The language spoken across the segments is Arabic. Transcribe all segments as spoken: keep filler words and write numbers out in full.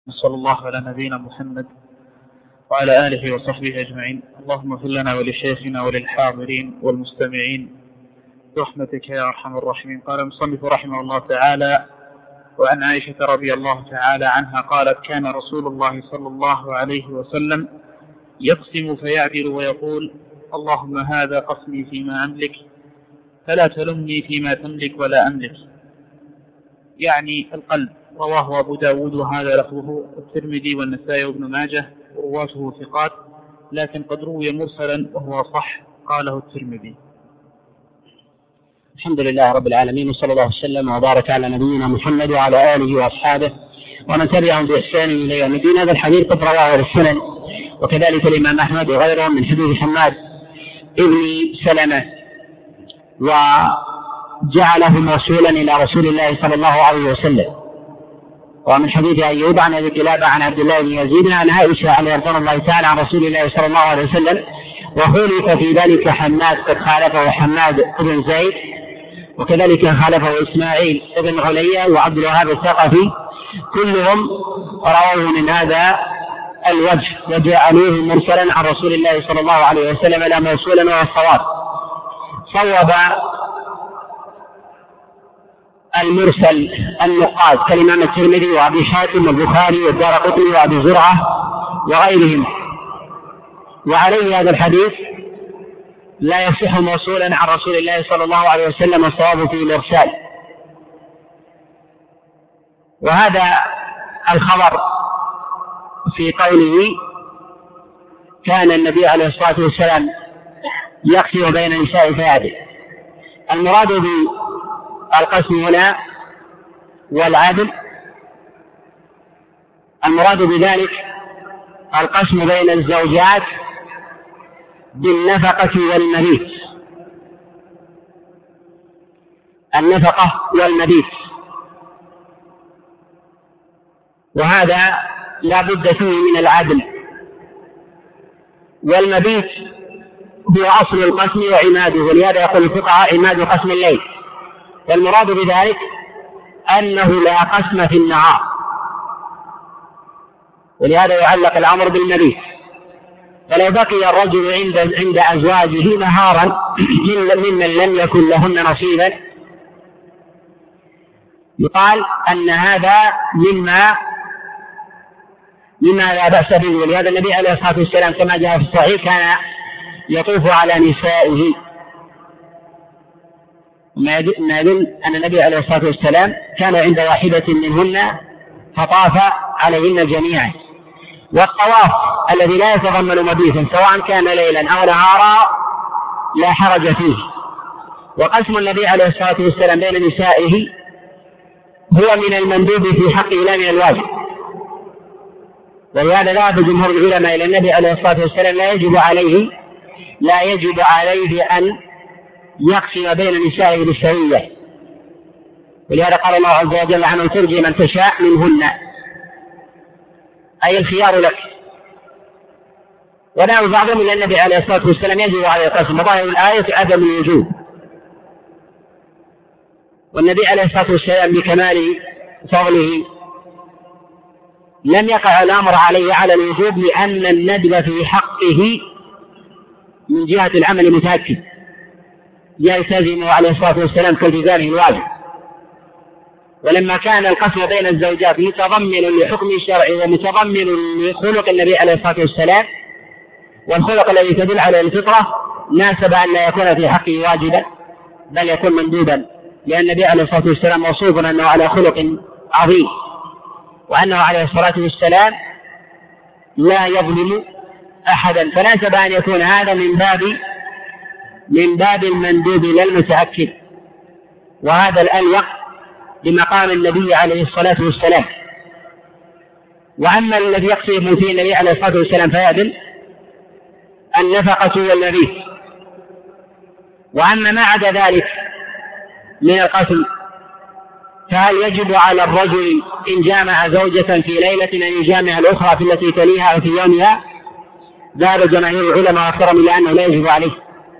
صلى الله على نبينا محمد وعلى آله وصحبه أجمعين. اللهم اغفر لنا ولشيخنا وللحاضرين والمستمعين برحمتك يا أرحم الراحمين. قال المصنف رحمه الله تعالى: وعن عائشة رضي الله تعالى عنها قالت: كان رسول الله صلى الله عليه وسلم يقسم فيعدل ويقول: اللهم هذا قسمي فيما أملك فلا تلمني فيما تملك ولا أملك، يعني القلب. رواه أبو داود وهذا لفظه، الترمذي والنسائي وابن ماجه ورواته ثقات، لكن قد روي مرسلا وهو صح، قاله الترمذي. الحمد لله رب العالمين، وصلى الله وسلم وبارك على نبينا محمد وعلى آله وأصحابه ومن تبعهم بإحسان إلى يوم الدين. هذا الحديث قد رواه السنن وكذلك الإمام أحمد وغيره من حديث حماد ابن سلمة، وجعله موصولا إلى رسول الله صلى الله عليه وسلم. ومن حديث أيوب عن أبي قلابة عن عبد الله بن يزيد عن عائشة عليه رضي الله تعالى عن رسول الله صلى الله عليه وسلم، وخلف في ذلك حماد قد خالفه حماد بن زيد، وكذلك خالفه إسماعيل بن عليا وعبد الوهاب الثقفي، كلهم رووا من هذا الوجه وجعلوه مرسلا عن رسول الله صلى الله عليه وسلم لا موصولا وهو الصواب. صوب المرسل النقاد كالإمام الترمذي وأبي حاتم والبخاري والدارقطني وأبي زرعة وغيرهم، وعليه هذا الحديث لا يصح موصولا عن رسول الله صلى الله عليه وسلم، الصواب فيه الإرسال. وهذا الخبر في قوله كان النبي عليه الصلاة والسلام يقسم بين النساء فيعدل، المراد بالقسم هنا والعدل، المراد بذلك القسم بين الزوجات بالنفقة والمبيت، النفقة والمبيت، وهذا لا بد فيه من العدل. والمبيت هو أصل القسم وعماده، ولهذا يقول الفقهاء عماد قسم الليل، والمراد بذلك أنه لا قسم في النهار، ولهذا يعلق الأمر بالمبيت. فلو بقي الرجل عند عند أزواجه نهارا ممن لم يكن لهن نصيبا، يقال أن هذا مما مما لا بأس به. ولهذا النبي عليه الصلاة والسلام كما جاء في الصحيح كان يطوف على نسائه، ما يدل أن النبي عليه الصلاة والسلام كان عند واحدة منهن فطاف عليهن جميعا. والطواف الذي لا يتضمن مبيتا سواء كان ليلا أو نهارا لا حرج فيه. وقسم النبي عليه الصلاة والسلام بين نسائه هو من المندوب في حقه لا من الواجب، ولهذا ذهب جمهور العلماء إلى النبي عليه الصلاة والسلام لا يجب عليه لا يجب عليه أن يقسم بين نسائه بالسوية، ولهذا قال الله عز وجل عنه: ترجي من تشاء منهن، أي الخيار لك. ونهى بعضهم إلى النبي عليه الصلاة والسلام يجب عليه القسم، وظاهر الآية عدم الوجوب. والنبي عليه الصلاة والسلام بكمال فضله لم يقع الأمر عليه على الوجوب، لأن الندب في حقه من جهة العمل متأكد يلتزم عليه الصلاة والسلام كالتزامه الواجب. ولما كان القسم بين الزوجات متضمن لحكم الشرع ومتضمن لخلق النبي عليه الصلاة والسلام، والخلق الذي تدل على الفطرة، ناسب أن لا يكون في حقه واجبا بل يكون مندوبا، لأن النبي عليه الصلاة والسلام موصوف أنه على خلق عظيم، وأنه عليه الصلاة والسلام لا يظلم أحدا، فناسب أن يكون هذا من باب من باب المندوب لا المتأكد، وهذا الأليق بمقام النبي عليه الصلاة والسلام. وأما الذي يقسم فيه النبي عليه الصلاة والسلام فيعدل النفقة والمبيت. وأما ما عدا ذلك من القسم فهل يجب على الرجل إن جامع زوجة في ليلة أن يجامع الأخرى في التي تليها أو في يومها؟ ذهب جماهير العلماء واكثرهم إلى أنه لا يجب عليه،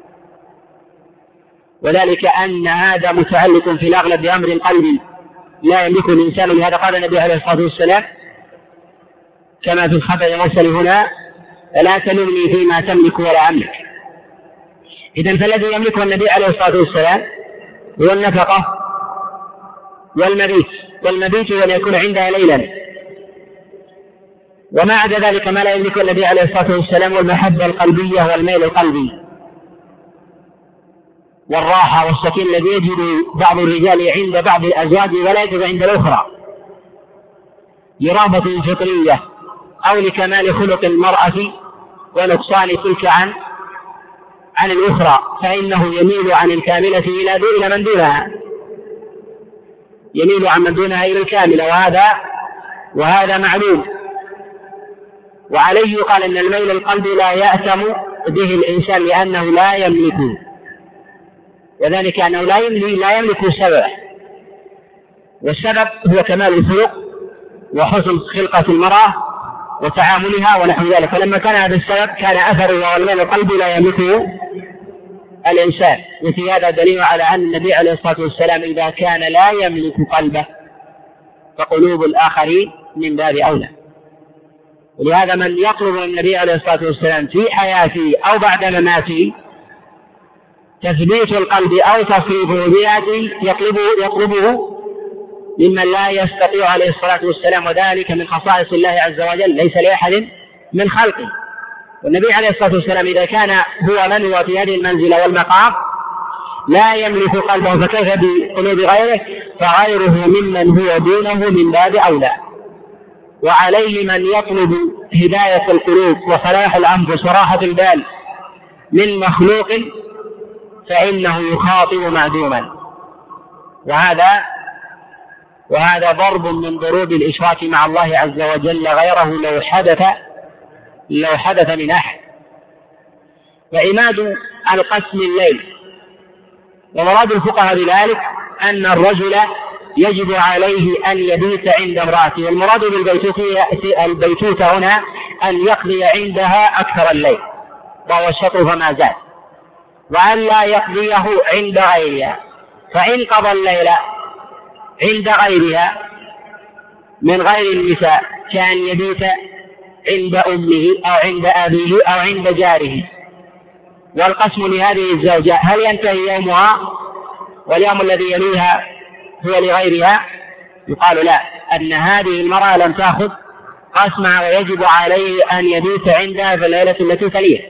وذلك أن هذا متعلق في الأغلب بأمر قلبي لا يملكه الإنسان. لهذا قال النبي عليه الصلاة والسلام: كما في الخبر المرسل هنا: لا تلمني فيما تملك ولا أملك. إذن فالذي يملكه النبي عليه الصلاة والسلام هو النفقة والمبيت، والمبيت هو أن يكون عندها ليلا، وما عدا ذلك ما لا يملكه النبي عليه الصلاة والسلام: والمحبة القلبية والميل القلبي والراحة والسكينة الذي يجد بعض الرجال عند بعض الأزواج ولا يجد عند الأخرى، لرغبة فطرية أو لكمال خلق المرأة ونقصان تلك عن عن الأخرى، فإنه يميل عن الكاملة إلى إلى من دونها، يميل عن من دونها إلى الكاملة، وهذا وهذا معلوم. وعليه قال أن الميل القلبي لا يأتم به الإنسان لأنه لا يملكه، وذلك أنه لا يملك لا يملك سببه، والسبب هو كمال الخلق وحسن خلقة المرأة وتعاملها ونحو ذلك. فلما كان هذا السبب كان أثره والميل القلبي لا يملكه الإنسان. وفي هذا دليل على أن النبي عليه الصلاة والسلام إذا كان لا يملك قلبه فقلوب الآخرين من باب أولى. ولهذا من يطلب من النبي عليه الصلاة والسلام في حياته أو بعد مماته تثبيت القلب أو تصريفه بيده يطلبه, يطلبه ممن لا يستطيع عليه الصلاة والسلام، وذلك من خصائص الله عز وجل ليس لأحد من خلقه. والنبي عليه الصلاة والسلام إذا كان هو من هو في هذه المنزلة والمقام لا يملك قلبه فكيف بقلوب غيره، فغيره ممن هو دونه من باب أولى. وعليه من يطلب هداية القلوب وصلاح الأنفس وراحة البال من مخلوق فإنه يخاطب معدوما، وهذا وهذا ضرب من ضروب الإشراك مع الله عز وجل غيره لو حدث لو حدث من أحد. وعماد القسم الليل، ومراد الفقهاء بذلك أن الرجل يجب عليه أن يبيت عند امرأته، والمراد بالبيتوتة هنا أن يقضي عندها أكثر الليل وهو الشطر فما زاد، وأن لا يقضيه عند غيرها. فإن قضى الليل عند غيرها من غير النساء كان يبيت عند أمه أو عند أبيه أو عند جاره. والقسم لهذه الزوجة هل ينتهي يومها واليوم الذي يليها هو لغيرها؟ يقال لا، أن هذه المرأة لم تأخذ قسمها ويجب عليه أن يبيت عندها في الليلة التي تليها.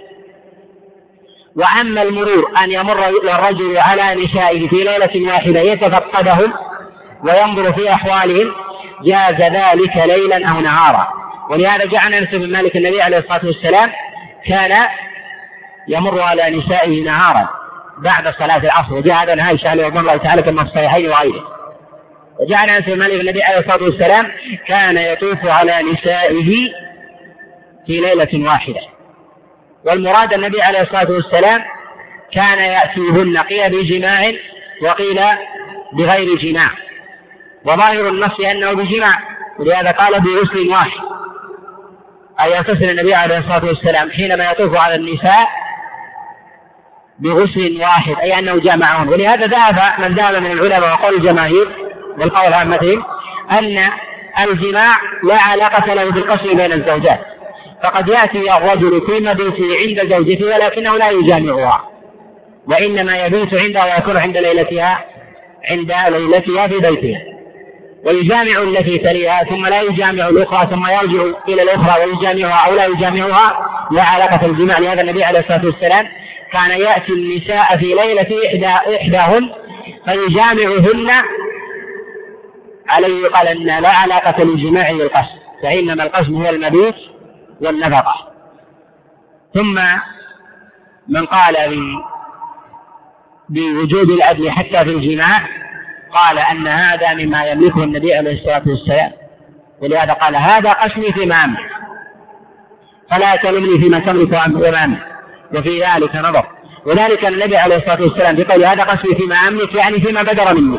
وأما المرور أن يمر الرجل على نسائه في ليلة واحدة يتفقدهم وينظر في أحوالهم جاز ذلك ليلا أو نهارا. ولهذا جعل أنس بن مالك النبي عليه الصلاة والسلام كان يمر على نسائه نهارا بعد صلاة العصر، وجاء هذا نهاية شأنه رضي الله تعالى كما في الصحيحين وغيره. وجعل أنس بن مالك النبي عليه الصلاة والسلام كان يطوف على نسائه في ليلة واحدة. والمراد النبي عليه الصلاة والسلام كان يأتيهن قيل بجماع وقيل بغير جماع، وظاهر النص أنه بجماع، ولهذا قال بغسل واحد، أي يغتسل النبي عليه الصلاة والسلام حينما يطوف على النساء بغسل واحد، أي أنه جامعون. ولهذا ذهب من ذهب من العلماء وقول الجماهير والقول عامتهم أن الجماع لا علاقة له بالقسم بين الزوجات، فقد يأتي الرجل في مبيته عند زوجته ولكنه لا يجامعها، وإنما يبيت عندها ويكون عند ليلتها عند ليلتها في بيتها، ويجامع التي تليها ثم لا يجامع الأخرى ثم يرجع إلى الأخرى ويجامعها أو لا يجامعها، لا علاقة الجماع. لهذا النبي عليه الصلاة والسلام كان يأتي النساء في ليلة إحدى إحداهن فيجامعهن، عليه قال أن لا علاقة للجماع بالقسم، فإنما القسم هو المبيت والنفقة. ثم من قال بوجود العدل حتى في الجماع قال أن هذا مما يملكه النبي عليه الصلاة والسلام، ولهذا قال هذا قسمي فيما أملك فلا تلمني فيما تملك وأمامي، وفي ذلك نظر. وذلك النبي عليه الصلاة والسلام بقول هذا قسمي فيما أملك يعني فيما بدر مني،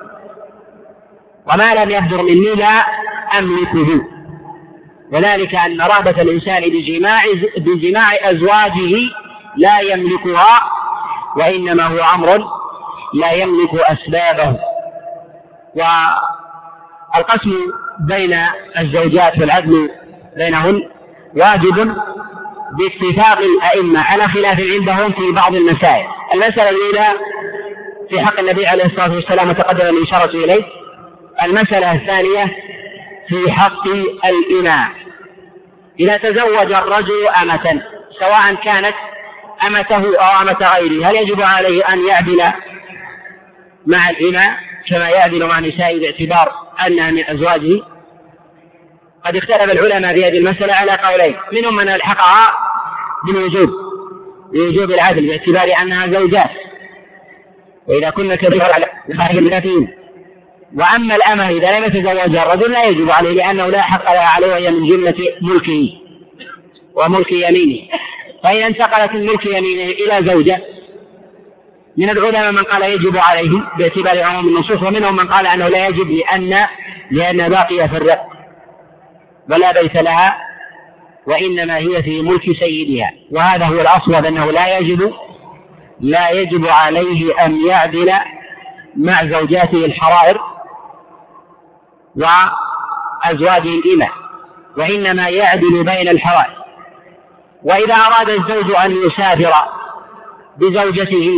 وما لم يبدر مني لا أملكه. وذلك أن رغبة الإنسان بجماع, بجماع أزواجه لا يملكها، وإنما هو أمر لا يملك أسبابه. والقسم بين الزوجات والعدل بينهن واجب باتفاق الأئمة على خلاف عندهم في بعض المسائل. المسألة الأولى في حق النبي عليه الصلاة والسلام وتقدم الإشارة إليه. المسألة الثانية في حق الإماء. إذا تزوج الرجل أمة سواء كانت أمته أو أمة غيره هل يجب عليه أن يعدل مع الإماء كما يعدل مع نسائه باعتبار أنها من أزواجه؟ قد اختلف العلماء في هذه المسألة على قولين، منهم من الحقها بالوجوب بوجوب العدل باعتبار أنها زوجات وإذا كنا كبيرة على خارج المثلين، وأما الأمة إذا لم يتزوجها الرجل لا يجب عليه لأنه لا حق لها عليه وهي من جملة ملكه وملك يمينه. فإذا انتقلت من ملك يمينه إلى زوجة من العلماء من قال يجب عليه باعتبار عموم النصوص، ومنهم من قال أنه لا يجب لأن لأن باقية في الرق ولا بيت لها وإنما هي في ملك سيدها، وهذا هو الأصوب أنه لا يجب لا يجب عليه أن يعدل مع زوجاته الحرائر وأزواجه الإماء، وإنما يعدل بين الحرائر. وإذا أراد الزوج أن يسافر بزوجته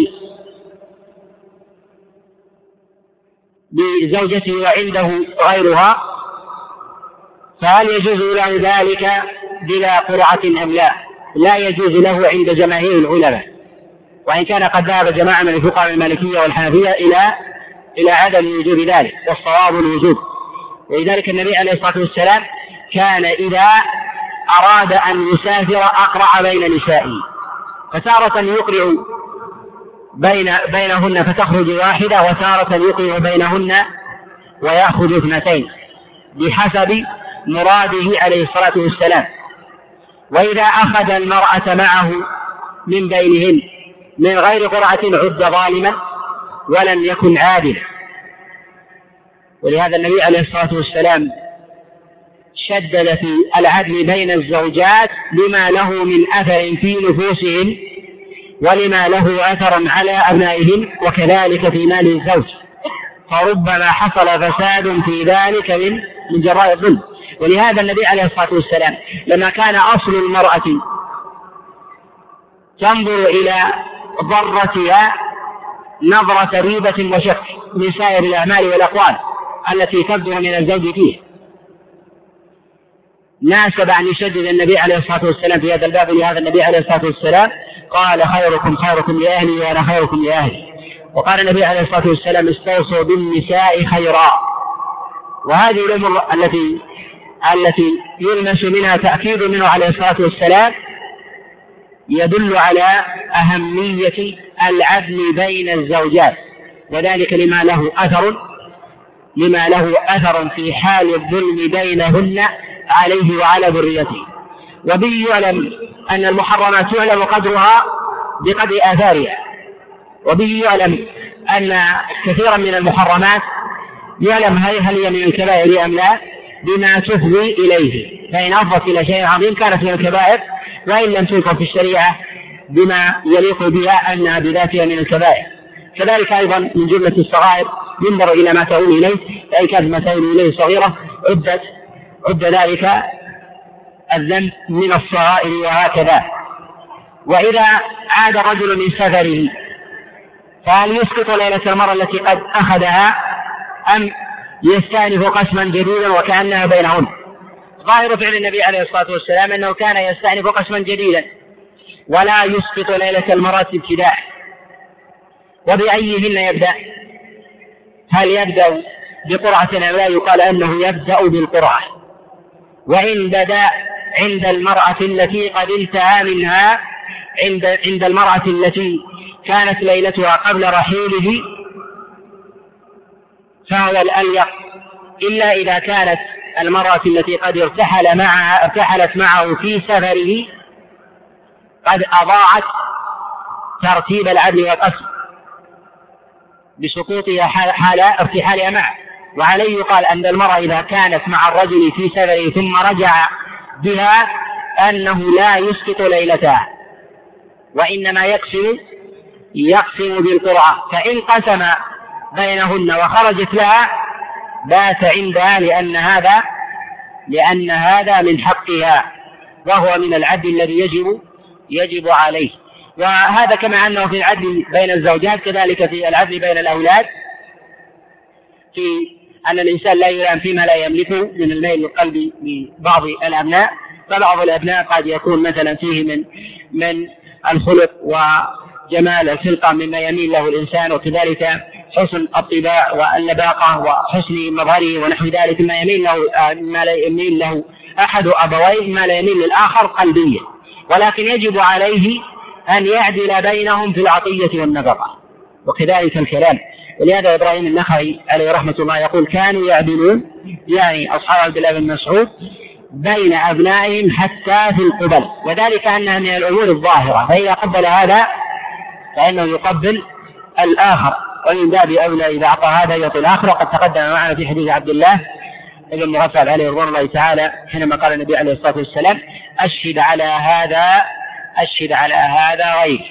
بزوجته وعنده غيرها فهل يجوز له ذلك بلا قرعة أم لا؟ لا يجوز له عند جماهير العلماء، وإن كان قد ذهب جماعة من الفقهاء المالكية والحنفية إلى إلى عدم وجوب ذلك، والصواب الوجوب. ولذلك النبي عليه الصلاة والسلام كان إذا أراد أن يسافر أقرع بين نسائه، فتارة يقرع بين بينهن فتخرج واحدة، وتارة يقرع بينهن ويأخذ اثنتين بحسب مراده عليه الصلاة والسلام. وإذا أخذ المرأة معه من بينهن من غير قرعة عد ظالما ولم يكن عادلا. ولهذا النبي عليه الصلاة والسلام شدد في العدل بين الزوجات لما له من أثر في نفوسهم ولما له أثر على أبنائهم وكذلك في مال الزوج، فربما حصل فساد في ذلك من من جراء الظلم. ولهذا النبي عليه الصلاة والسلام لما كان أصل المرأة تنظر إلى ضرتها نظرة ريبة وشك من سائر الأعمال والأقوال التي تبدو من الزوج فيه، ناسب أن يشدد النبي عليه الصلاة والسلام في هذا الباب. لهذا النبي عليه الصلاة والسلام قال خيركم خيركم لأهلي وأنا خيركم لأهلي. وقال النبي عليه الصلاة والسلام استوصوا بالنساء خيرا. وهذه الأمور التي التي يلمس منها تأكيد منه عليه الصلاة والسلام يدل على أهمية العدل بين الزوجات، وذلك لما له أثر لما له أثر في حال الظلم بينهن عليه وعلى ذريته. وبه يعلم أن المحرمات يعلم قدرها بقدر آثارها، وبه يعلم أن كثيرا من المحرمات يعلم هل هي من الكبائر أم لا بما تفضي إليه، فإن أفضت إلى شيء عظيم كانت من الكبائر، وإن لم تذكر في الشريعة بما يليق بها أنها بذاتها من الكبائر. كذلك أيضا من جملة الصغائر ينظر إلى ما تؤول إليه، فإن كانت ما تؤول إليه صغيرة عدت عد ذلك الذنب من الصغائر وهكذا. وإذا عاد الرجل من سفره فهل يسقط ليلة المرأة التي قد أخذها أم يستأنف قسما جديدا وكأنها بينهن؟ ظاهر فعل النبي عليه الصلاة والسلام أنه كان يستأنف قسما جديدا ولا يسقط ليلة المرأة ابتداء. وبأيهن يبدأ؟ هل يبدأ بقرعة أم لا؟ يقال أنه يبدأ بالقرعة، وإن بدأ عند المرأة التي قد انتهى منها عند عند المرأة التي كانت ليلتها قبل رحيله فهو الأليق، إلا إذا كانت المرأة التي قد ارتحل معها ارتحلت معه في سفره قد أضاعت ترتيب العدل والقسم بسقوطها حال ارتحالها معه. وعليه يقال أن المرأة إذا كانت مع الرجل في سفره ثم رجع بها أنه لا يسقط ليلتها، وإنما يقسم يقسم بالقرعة، فإن قسم بينهن وخرجت لها بات عندها، لأن هذا لأن هذا من حقها وهو من العدل الذي يجب يجب عليه. وهذا كما أنه في العدل بين الزوجات كذلك في العدل بين الأولاد، في أن الإنسان لا يلام فيما لا يملكه من الميل القلبي لبعض الأبناء، فبعض الأبناء قد يكون مثلا فيه من من الخلق وجمال الخلقة مما يميل له الإنسان، وكذلك حسن الطباع واللباقة وحسن مظهره ونحو ذلك ما يميل له ما لا يميل له أحد أبويه ما لا يميل للآخر قلبيا، ولكن يجب عليه أن يعدل بينهم في العطية والنفقة وكذلك الكلام. ولهذا إبراهيم النخعي عليه رحمة الله يقول كانوا يعدلون يعني أصحاب عبد الله بن مسعود بين أبنائهم حتى في القبل، وذلك أنها من الأمور الظاهرة، فإذا قبل هذا فإنه يقبل الآخر، ومن باب أولى إذا أعطى هذا يعطي الآخر. وقد تقدم معنا في حديث عبد الله ابن مغفل عليه رضوان الله تعالى حينما قال النبي عليه الصلاة والسلام أشهد على هذا أشهد على هذا غير.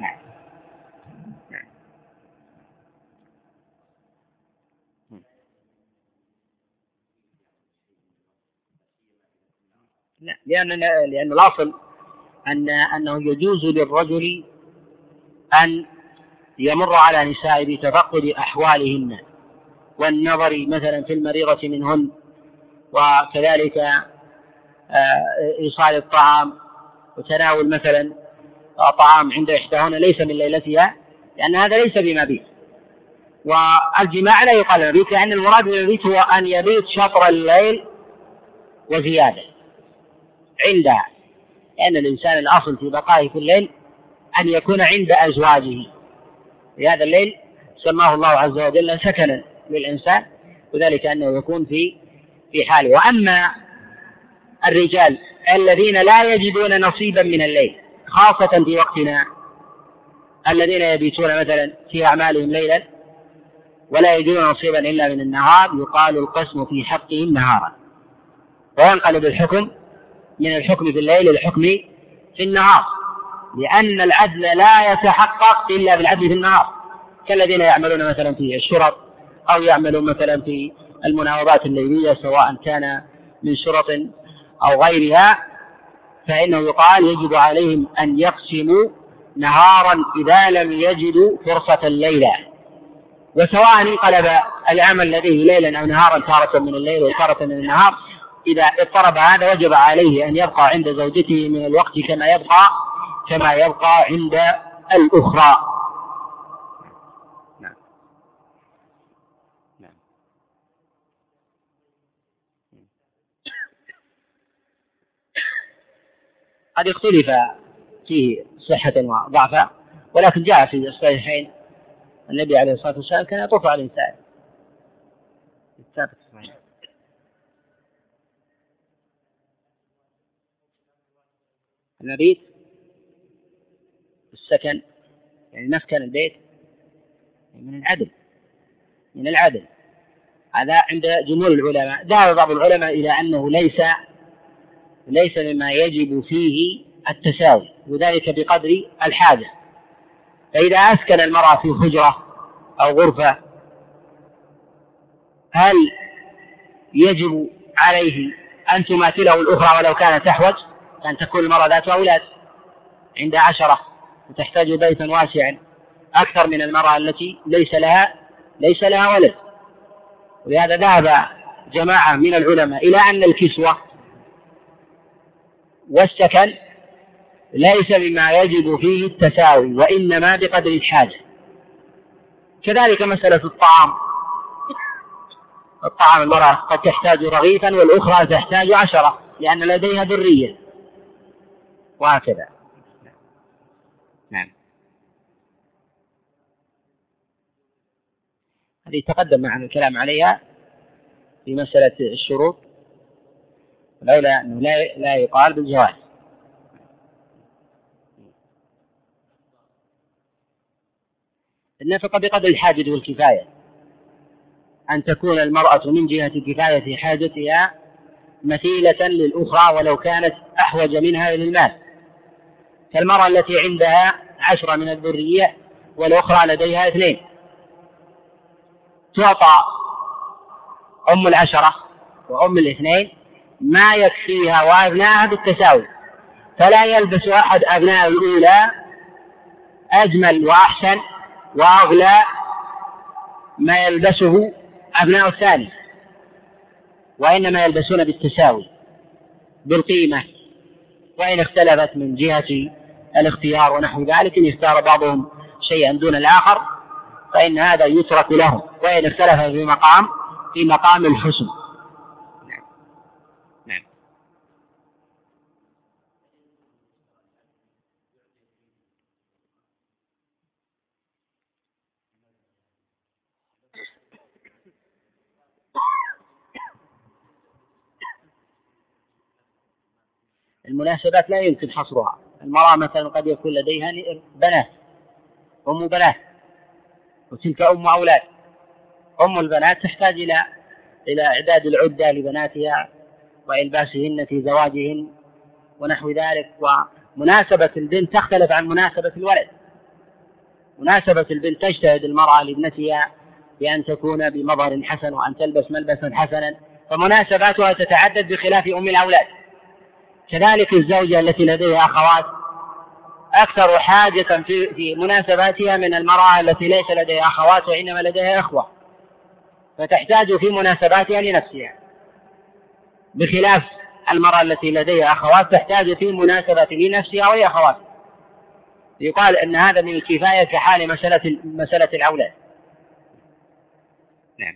لأن لأن الأصل أن أنه يجوز للرجل أن يمر على نساء بتفقد أحوالهن والنظر مثلا في المريضة منهن، وكذلك إيصال الطعام وتناول مثلا طعام عند إحداهن ليس من ليلتها، لأن هذا ليس بمبيت. والجماع لا يقال مبيت، لأن المراد بالمبيت هو أن يبيت شطر الليل وزيادة عندها، لأن الإنسان الأصل في بقائه في الليل أن يكون عند أزواجه، في هذا الليل سماه الله عز وجل سكنا للإنسان، وذلك أنه يكون في في حاله. وأما الرجال الذين لا يجدون نصيبا من الليل خاصة في وقتنا، الذين يبيتون مثلا في أعمالهم ليلا ولا يجدون نصيبا إلا من النهار، يقال القسم في حقهم نهارا، وينقلب الحكم من الحكم في الليل الحكم في النهار، لأن العدل لا يتحقق إلا بالعدل في النهار، كالذين يعملون مثلا في الشرط أو يعملون مثلا في المناوبات الليلية سواء كان من شرط أو غيرها، فإنه يقال يجب عليهم أن يقسموا نهارا إذا لم يجدوا فرصة الليلة. وسواء انقلب العمل لديه ليلا أو نهارا، تارة من الليل وتارة من النهار، إذا اضطرب هذا وجب عليه أن يبقى عند زوجته من الوقت كما يبقى كما يبقى عند الأخرى. نعم. نعم. قد اختلف فيه صحة وضعفا، ولكن جاء في الصحيحين النبي عليه الصلاة والسلام كان يطوف على النساء. المبيت السكن يعني مسكن البيت من العدل من العدل هذا عند جمهور العلماء. ذهب بعض العلماء إلى أنه ليس ليس مما يجب فيه التساوي، وذلك بقدر الحاجة. فإذا أسكن المرأة في حجرة أو غرفة هل يجب عليه أن تماثله الأخرى ولو كانت تحوج؟ أن تكون المرأة ذات أولاد عند عشرة وتحتاج بيتا واسعا أكثر من المرأة التي ليس لها ليس لها ولد. ولهذا ذهب جماعة من العلماء إلى أن الكسوة والسكن ليس مما يجب فيه التساوي، وإنما بقدر الحاجة. كذلك مسألة الطعام، الطعام المرأة قد تحتاج رغيفا والأخرى تحتاج عشرة لأن لديها ذرية، وهكذا. نعم. هذه تقدم معنا الكلام عليها في مسألة الشروط، ولولا أنه لا, لا يقال بالجواز. النفقة بقدر الحاجة والكفاية، أن تكون المرأة من جهة كفاية حاجتها مثيلة للأخرى ولو كانت أحوج منها إلى المال، كالمرأة التي عندها عشرة من الذرية والأخرى لديها اثنين، تعطى أم العشرة وأم الاثنين ما يكفيها وأبنائها بالتساوي، فلا يلبس أحد أبناء الأولى أجمل وأحسن وأغلى ما يلبسه أبناء الثاني، وإنما يلبسون بالتساوي بالقيمة، وإن اختلفت من جهة الاختيار ونحو ذلك، إن اختار بعضهم شيئا دون الآخر فإن هذا يترك لهم، وإن اختلف في مقام في مقام الحسن. نعم. نعم. المناسبات لا يمكن حصرها. المرأة مثلا قد يكون لديها بنات، أم بنات، وتلك أم أولاد. أم البنات تحتاج إلى إلى إعداد العدة لبناتها وإلباسهن في زواجهن ونحو ذلك. ومناسبة البنت تختلف عن مناسبة الولد. مناسبة البنت تجتهد المرأة لابنتها بأن تكون بمظهر حسن وأن تلبس ملبسا حسنا، فمناسباتها تتعدد بخلاف أم الأولاد. كذلك الزوجة التي لديها أخوات أكثر حاجة في, في مناسباتها من المرأة التي ليس لديها أخوات وإنما لديها أخوة، فتحتاج في مناسباتها لنفسها، بخلاف المرأة التي لديها أخوات تحتاج في مناسبة لنفسها وهي أخوات. يقال أن هذا من الكفاية كحال مسألة مسألة الأولاد. نعم.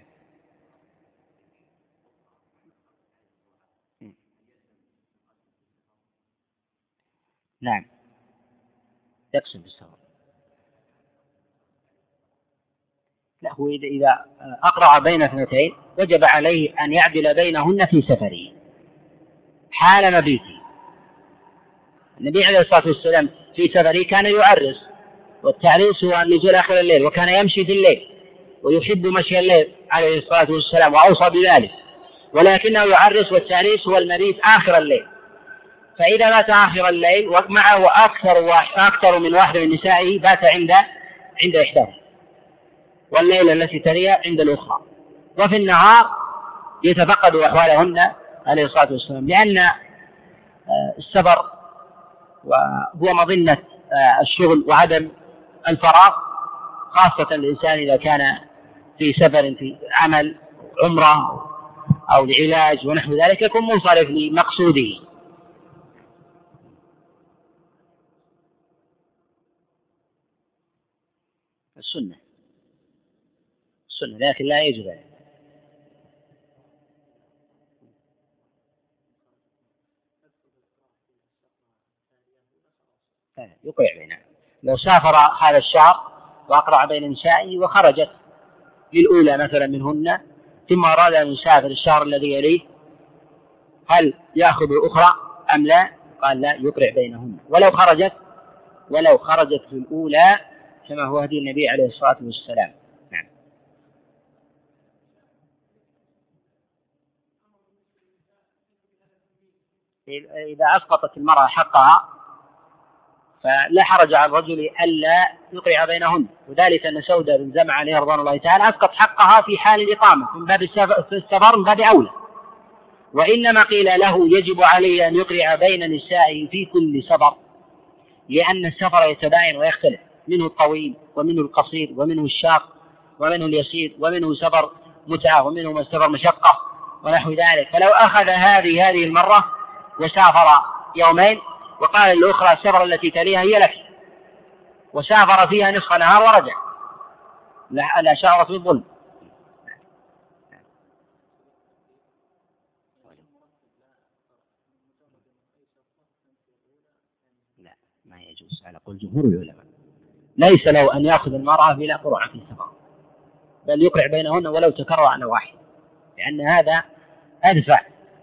نعم. يقسم بالسفر. لا، هو إذا أقرع بين اثنتين وجب عليه أن يعدل بينهن في سفره حال مبيته. النبي عليه الصلاة والسلام في سفره كان يعرس، والتعريس هو النزول آخر الليل، وكان يمشي في الليل ويحب مشي الليل عليه الصلاة والسلام وأوصى بذلك، ولكنه يعرس والتعريس هو المبيت آخر الليل. فإذا بات آخر الليل ومعه أكثر أكثر من واحد من نسائه بات عند عند إحداهم، والليلة التي تليها عند الأخرى، وفي النهار يتفقد أحوالهن عليه الصلاة والسلام، لأن السفر وهو مظنة الشغل وعدم الفراغ، خاصة الإنسان إذا كان في سفر في عمل عمرة أو لعلاج ونحو ذلك يكون منصرف لمقصوده. السنة السنة لكن لا يجب ذلك. يقرع بينها. لو سافر هذا الشهر وأقرع بين نسائه وخرجت للأولى مثلا منهن ثم أراد أن يسافر الشهر الذي يليه، هل يأخذ الأخرى أم لا؟ قال لا، يقرع بينهن ولو خرجت ولو خرجت في الأولى كما هو هدي النبي عليه الصلاة والسلام. نعم. إذا أسقطت المرأة حقها فلا حرج على الرجل ألا يقرع بينهن، وذلك أن سودة بن زمعة عليه رضوان الله تعالى أسقط حقها في حال الإقامة من باب السفر من باب أولى، وإنما قيل له يجب عليه أن يقرع بين نسائه في كل سفر، لأن السفر يتباين ويختلف، منه الطويل ومنه القصير ومنه الشاق ومنه اليسير ومنه سفر متعة ومنه سفر مشقة ونحو ذلك. فلو أخذ هذه هذه المرة وسافر يومين وقال الأخرى السفر التي تليها هي لك، وسافر فيها نصف نهار ورجع، لا شعرت بالظلم. لا، ما يجوز على قول جمهور العلماء، ليس له أن يأخذ المرأة بلا قرعة في السفر، بل يقرع بينهن ولو تكرر عن واحد، لأن هذا أدفع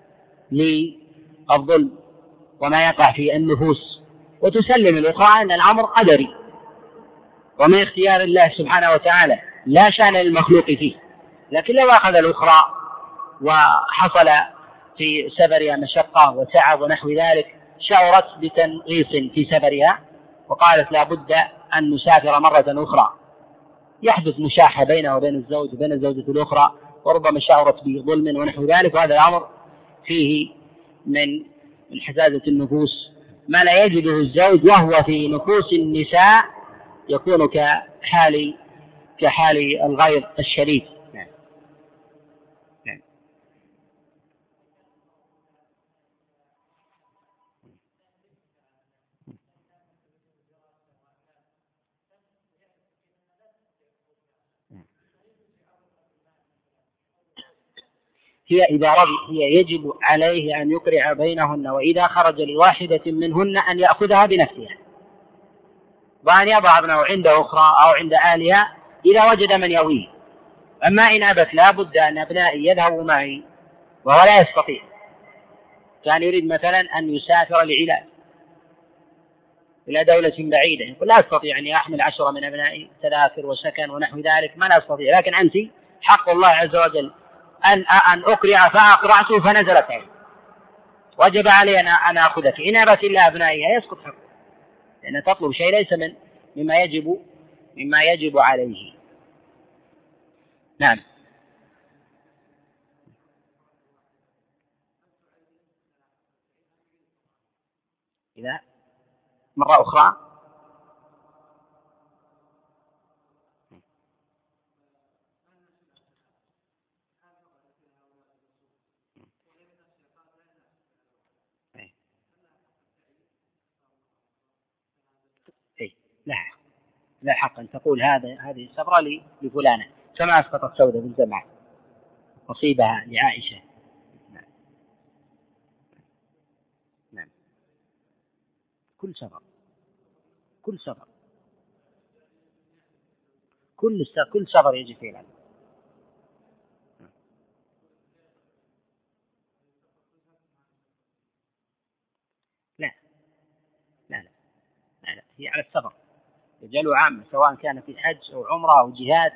للظلم وما يقع في النفوس، وتسلم الأخرى أن الأمر قدري ومن اختيار الله سبحانه وتعالى، لا شأن للمخلوق فيه. لكن لو أخذ الأخرى وحصل في سفرها مشقة وتعب ونحو ذلك، شعرت بتنغيص في سفرها وقالت لا بد أن نسافر مرة أخرى، يحدث مشاحة بينها وبين الزوج وبين الزوجة الأخرى، وربما شعرت بظلم ونحو ذلك، وهذا الأمر فيه من من حزازة النفوس ما لا يجده الزوج وهو في نفوس النساء يكون كحال كحال الغيظ الشديد. نعم. نعم. هي إذا رضي هي يجب عليه أن يقرع بينهن، وإذا خرج لواحدة منهن أن يأخذها بنفسها وأن يضع ابنه عند أخرى أو عند أهلها إذا وجد من يويه. أما إن أبت لا بد أن أبنائي يذهبوا معي وهو لا يستطيع، كان يريد مثلا أن يسافر لعلاج إلى دولة بعيدة، يقول لا أستطيع أن أحمل عشرة من أبنائي تذاكر وسكن ونحو ذلك، ما لا أستطيع، لكن أنت حق الله عز وجل أن أن أقرع فأقرعته فنزلت عليه، وجب علي أن أخذك. إن أبت إلا أبنائها يسقط حقه، لأن تطلب شيء ليس من مما يجب مما يجب عليه. نعم. إذا مرة أخرى لا لا حق أن تقول هذا هذه السفرة لفلانة، كما أسقطت سودة بالجماعة نصيبها لعائشة. نعم. نعم. كل سفر كل سفر كل كل سفر يجي فيه العلم. لا لا لا لا, لا. هي على السفر يجعله عام، سواء كان في حج أو عمرة أو جهاد.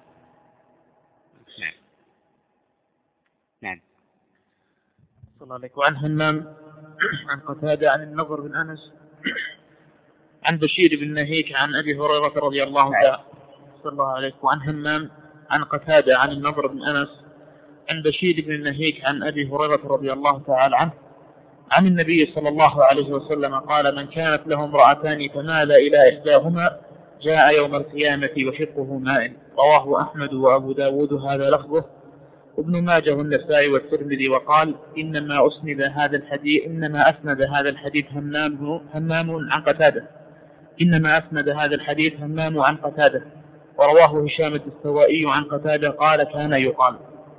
نعم. نعم. صلى الله عليك. وعن همام عن قتادة عن النضر بن أنس عن بشير بن نهيك عن أبي هريرة رضي الله تعالى صلى الله عليك. وعن همام عن قتادة عن النضر بن أنس عن بشير بن نهيك عن أبي هريرة رضي الله تعالى عنه عن النبي صلى الله عليه وسلم قال: من كانت له امرأتان فمال إلى إحداهما جاء يوم القيامة وشقه مائل. رواه أحمد وأبو داود هذا لفظه، وابن ماجه والنسائي والترمذي. وقال: إنما أسند هذا الحديث إنما أسند هذا الحديث همام همام عن قتادة إنما أسند هذا الحديث همام عن قتادة ورواه هشام الدستوائي عن قتادة قال: كان يقال.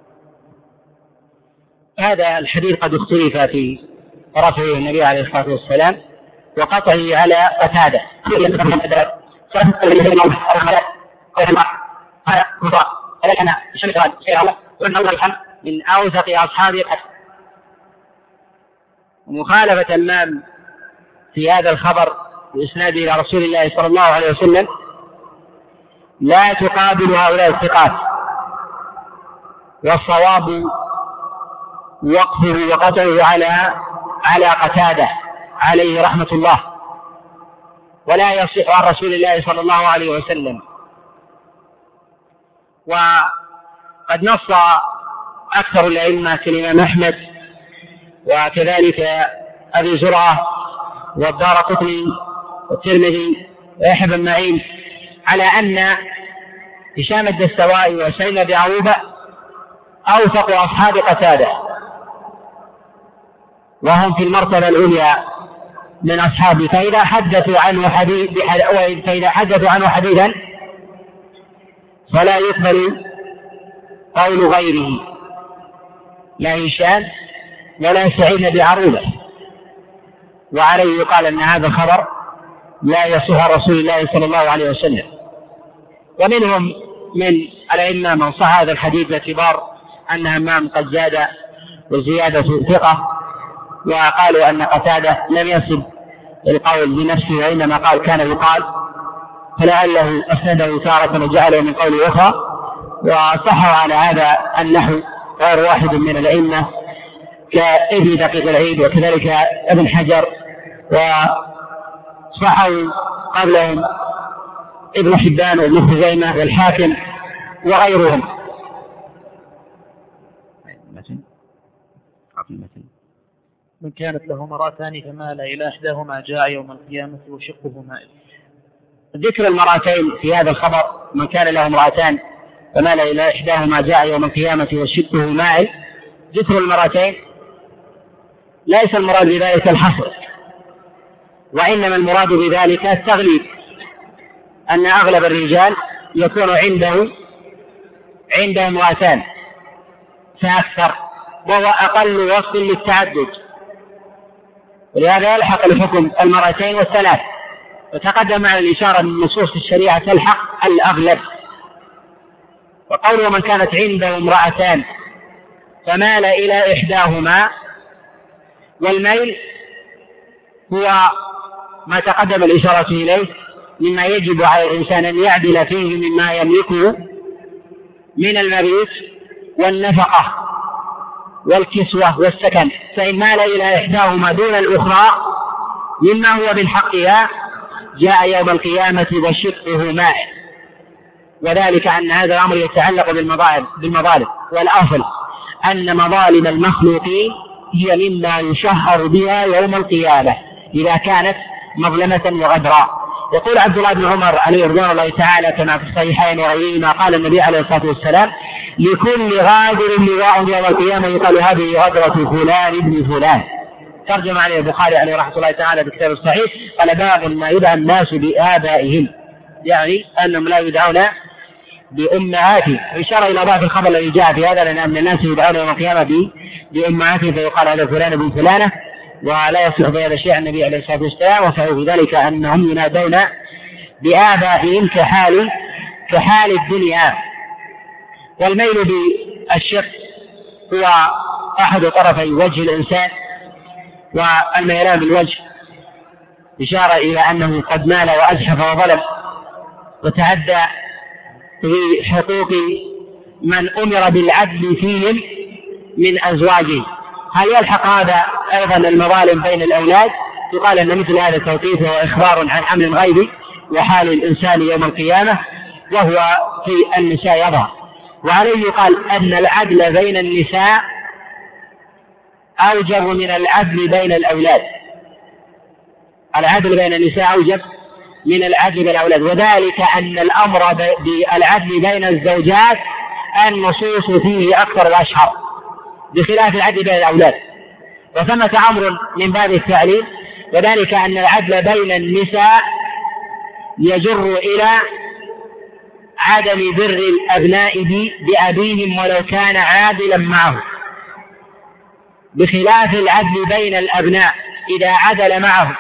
هذا الحديث قد اختلف في رفعه النبي عليه الصلاة والسلام وقطعه على قتادة. من أوثق أصحابه مخالفة همام في هذا الخبر بإسناده إلى رسول الله صلى الله عليه وسلم لا تقابل هؤلاء الثقات، والصواب وقفه وقطعه على على قتادة عليه رحمة الله، ولا يصح عن رسول الله صلى الله عليه وسلم. وقد نص أكثر الأئمة كالإمام أحمد وكذلك أبي زرعة والدارقطني والترمذي ويحيى بن معين على أن هشام الدستوائي وسعيد بن عروبة أوثق أصحاب قتادة، وهم في المرتبة العليا من أصحابه، فإذا حدثوا عنه حديث فإذا حدثوا عنه حديثا فلا يقبل قول غيره، لا هشام ولا سعيد بن عروبة، وعليه يقال أن هذا الخبر لا يصح عن رسول الله صلى الله عليه وسلم. ومنهم من الأئمة من صح هذا الحديث باعتبار أن همام قد زاد وزيادة ثقة، وقالوا أن قتادة لم يصب القول بنفسه وإنما قال كان يقال، فلعله أسنده تارة وجعله من قول أخرى، وصحوا على هذا النحو غير واحد من الأئمة كابن دقيق العيد وكذلك ابن حجر، وصحوا قبلهم ابن حبان وابن خزيمة والحاكم وغيرهم. من كانت له امرأتان فمال إلى إحداهما جاء يوم القيامة وشقه مائل. ذكر المرأتين في هذا الخبر، من كان له امرأتان فمال إلى إحداهما جاء يوم القيامة وشقه مائل، ذكر المرأتين ليس المراد بذلك الحصر، وإنما المراد بذلك التغليب، أن أغلب الرجال يكون عنده عنده امرأتان فأكثر، وهو أقل وصف للتعدد، ولهذا يلحق الحكم المرأتين والثلاث. وتقدم معنا الإشارة من نصوص الشريعة تلحق الأغلب. وقوله من كانت عنده امرأتان فمال إلى إحداهما، والميل هو ما تقدم الإشارة إليه مما يجب على الإنسان أن يعدل فيه مما يملكه من المبيت والنفقة والكسوة والسكن، فإن مال إلى إحداهما دون الأخرى مما هو من حقها جاء يوم القيامة وشقه مائل، وذلك أن هذا الأمر يتعلق بالمظالم بالمظالم والأصل أن مظالم المخلوقين هي مما يشهر بها يوم القيامة إذا كانت مظلمة وغدراء. يقول عبد الله بن عمر عليه رضوان الله تعالى كما في الصحيحين وغيرهما قال النبي عليه الصلاة والسلام: لكل غادر لواء يوم القيامة يقال هذه غدرة فلان ابن فلان. ترجم عليه البخاري عليه رحمة الله تعالى بكتاب الصحيح قال: باب ما يدعى الناس بآبائهم، يعني أنهم لا يدعون بأمهاتهم، إشارة إلى ضعف الخبر الذي جاء في هذا، لأن الناس يدعون يوم القيامة بأمهاتهم فيقال هذا فلان ابن فلانة، ولا يصلح بهذا الشيء عن النبي عليه الصلاة والسلام. وفعل في ذلك أنهم ينادون بآبائهم كحال كحال الدنيا. والميل بالشق هو أحد طرفي وجه الإنسان، والميلان بالوجه إشارة إلى أنه قد مال وأزحف وظلم وتعدى في حقوق من أمر بالعدل فيهم من أزواجه. هل يلحق هذا أيضا المظالم بين الأولاد؟ يقال أن مثل هذا التوقيت هو إخبار عن أمر غيبي وحال الإنسان يوم القيامة، وهو في النساء يظهر. وعليه يقال أن العدل بين النساء أوجب من العدل بين الأولاد، العدل بين النساء أوجب من العدل بين الأولاد، وذلك أن الأمر بالعدل بين الزوجات النصوص فيه أكثر وأشهر بخلاف العدل بين الأولاد. وثمة أمر من باب التعليل، وذلك أن العدل بين النساء يجر إلى عدم بر الأبناء بأبيهم ولو كان عادلا معه، بخلاف العدل بين الأبناء إذا عدل معه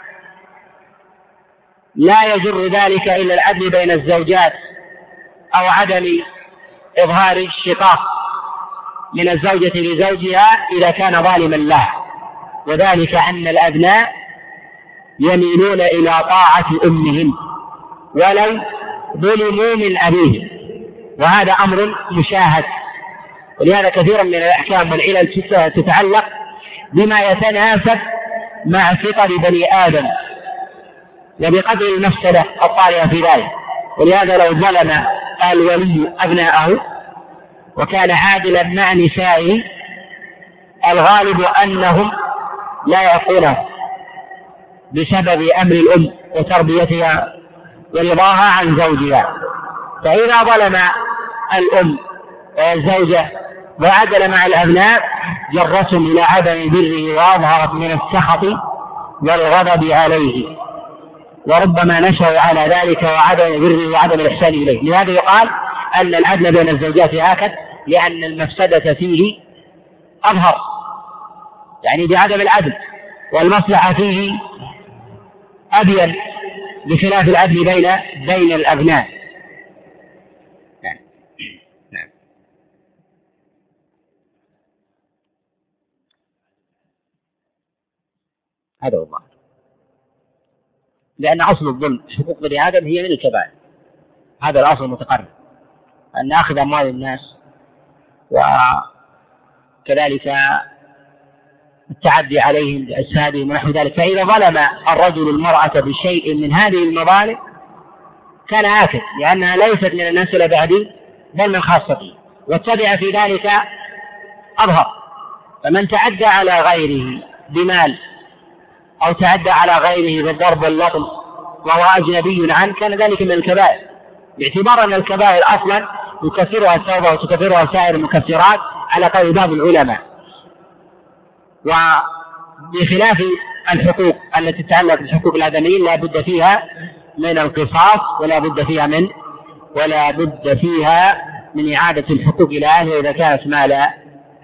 لا يجر ذلك إلا العدل بين الزوجات أو عدم إظهار الشقاق من الزوجة لزوجها إذا كان ظالما له، وذلك أن الأبناء يميلون إلى طاعة أمهم ولو ظلموا من أبيهم، وهذا أمر مشاهد. ولهذا كثيرا من الأحكام والعلل تتعلق بما يتناسب مع فطر بني آدم وبقدر المفسدة الطارئة في ذلك. ولهذا لو ظلم الولي أبناءه وكان عادلا مع نسائه الغالب أنهم لا يعطونه بسبب أمر الأم وتربيتها ورضاها عن زوجها. فإذا ظلم الأم والزوجة وعدل مع الأبناء جرتهم إلى عدم بره وأظهرت من السخط والغضب عليه، وربما نشأوا على ذلك وعدم بره وعدم الإحسان إليه. لهذا يقال أن العدل بين الزوجات آكد، لأن المفسدة فيه أظهر، يعني بعدم العدل، والمصلحة فيه أبين بخلاف العدل بين بين الأبناء. نعم. نعم. هذا هو الظاهر، لأن أصل الظلم حقوق بني آدم هي من الكبائر، هذا الأصل المتقرر، أن أخذ أموال الناس وكذلك التعدي عليهم بأجسادهم ونحو ذلك. فإذا ظلم الرجل المرأة بشيء من هذه المظالم كان آثم، لأنها ليست من الناس إلا بعد بل من خاصته، واتبع في ذلك أظهر. فمن تعدى على غيره بمال أو تعدى على غيره بالضرب واللطم وهو أجنبي عنه كان ذلك من الكبائر، باعتبار أن الكبائر أصلا يكفرها التوبة وتكفرها سائر المكفرات على قول بعض العلماء. وبخلاف الحقوق التي تتعلق بحقوق الآدميين لا بد فيها من القصاص ولا بد فيها من ولا بد فيها من إعادة الحقوق إلى أهله إذا كانت مالا.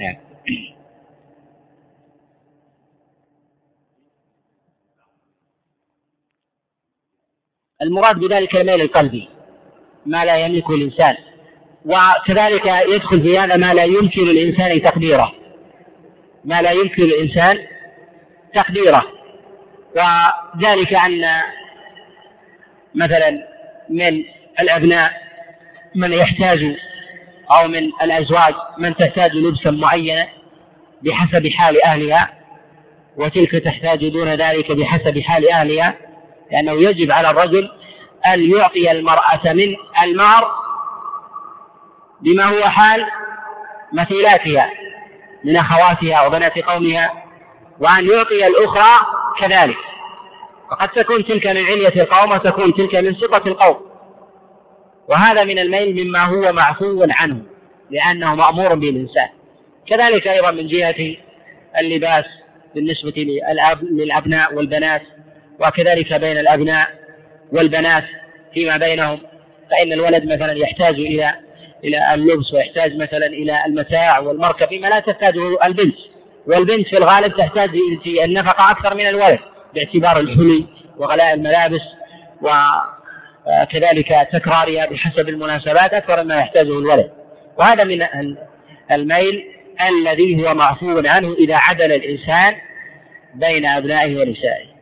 المراد بذلك الميل القلبي ما لا يملكه الإنسان، وكذلك يدخل في هذا ما لا يمكن الإنسان تقديره ما لا يمكن الإنسان تقديره وذلك أن مثلا من الأبناء من يحتاج أو من الأزواج من تحتاج لبسا معينا بحسب حال أهلها، وتلك تحتاج دون ذلك بحسب حال أهلها، لأنه يجب على الرجل أن يعطي المرأة من المهر بما هو حال مثيلاتها من أخواتها وبنات قومها، وأن يعطي الأخرى كذلك، وقد تكون تلك من علية القوم وتكون تلك من سقة القوم، وهذا من الميل مما هو معفو عنه لأنه مأمور به الإنسان. كذلك أيضا من جهة اللباس بالنسبة للأبناء والبنات، وكذلك بين الأبناء والبنات فيما بينهم، فإن الولد مثلا يحتاج إلى إلى اللبس ويحتاج مثلا إلى المتاع والمركب فيما لا تحتاجه البنت، والبنت في الغالب تحتاج في النفقة أكثر من الولد باعتبار الحلي وغلاء الملابس وكذلك تكرارها بحسب المناسبات أكثر مما يحتاجه الولد. وهذا من الميل الذي هو معفو عنه إذا عدل الإنسان بين أبنائه ونسائه.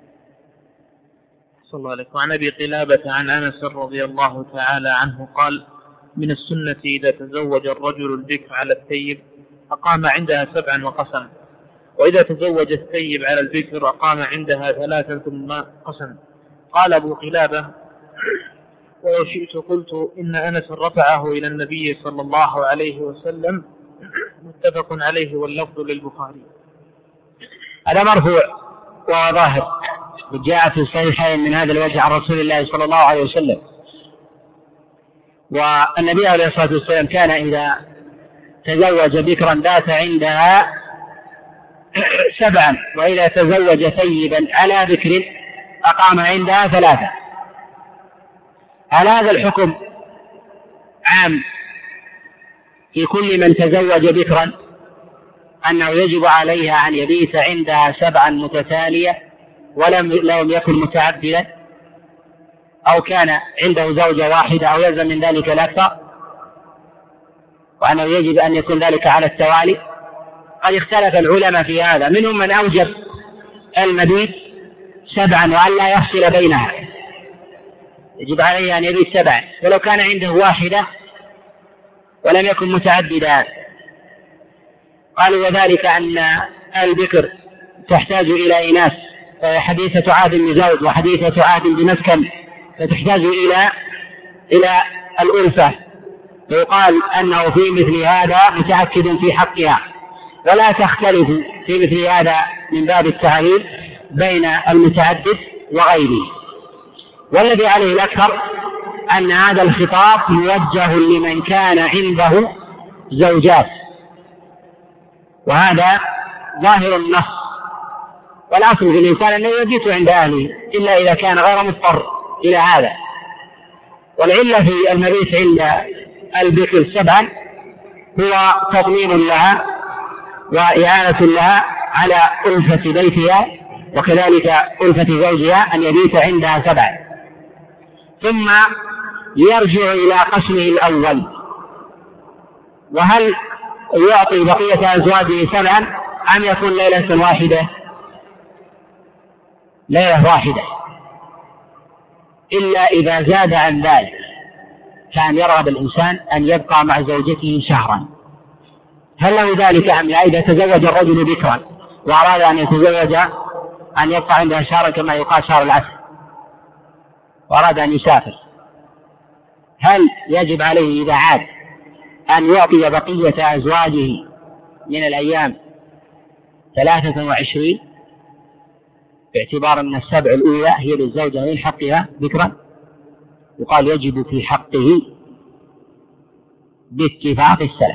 صلى الله عليه. وعن أبي قلابة عن أنس رضي الله تعالى عنه قال: من السنة إذا تزوج الرجل البكر على الثيب أقام عندها سبعا وقسم، وإذا تزوج الثيب على البكر أقام عندها ثلاثة ثم قسم. قال أبو قلابة: ولو شئت قلت إن أنس رفعه إلى النبي صلى الله عليه وسلم. متفق عليه واللفظ للبخاري. هذا مرفوع وظاهر وجاء في الصحيحين من هذا الوجه عن رسول الله صلى الله عليه وسلم. والنبي عليه الصلاة والسلام كان إذا تزوج بكرا بات عندها سبعا، وإذا تزوج ثيبا على بكر أقام عندها ثلاثة. هل هذا الحكم عام في كل من تزوج بكرا أنه يجب عليها أن يبيت عندها سبعا متتالية ولم لم يكن متعددا، أو كان عنده زوجة واحدة أو يلزم من ذلك الأكثر، وأنه يجب أن يكون ذلك على التوالي؟ قد اختلف العلماء في هذا، منهم من أوجب المبيت سبعا وأن لا يفصل بينها، يجب عليه أن يبيت سبعا ولو كان عنده واحدة ولم يكن متعددا. قالوا وذلك أن البكر تحتاج إلى إناث، حديثة عهد بزوج وحديثة عهد بمسكن، فتحتاج إلى إلى الألفة، ويقال أنه في مثل هذا متأكد في حقها، ولا تختلف في مثل هذا من باب التعليل بين المتعدد وغيره. والذي عليه الأكثر أن هذا الخطاب موجه لمن كان عنده زوجات، وهذا ظاهر النص، والأصل في الإنسان أنه يبيت عند أهله إلا إذا كان غير مضطر إلى هذا. والعلة في المبيت عند البكر سبعا هو تضمين لها وإعانة لها على ألفة بيتها، وكذلك ألفة زوجها أن يبيت عندها سبعا، ثم يرجع إلى قسمه الأول. وهل يعطي بقية أزواجه سبعا أم يكون ليلة واحدة؟ ليلة واحدة، إلا إذا زاد عن ذلك كان يرغب الإنسان أن يبقى مع زوجته شهرا. هل له ذلك أم لا؟ إذا تزوج الرجل بكرا وأراد أن يتزوج أن يبقى عندها شهرا كما يقال شهر العسل، وأراد أن يسافر، هل يجب عليه إذا عاد أن يعطي بقية أزواجه من الأيام ثلاثة وعشرين، باعتبار أن السبع الأولى هي للزوجة من حقها ذكرا، وقال يجب في حقه باتفاق السلف،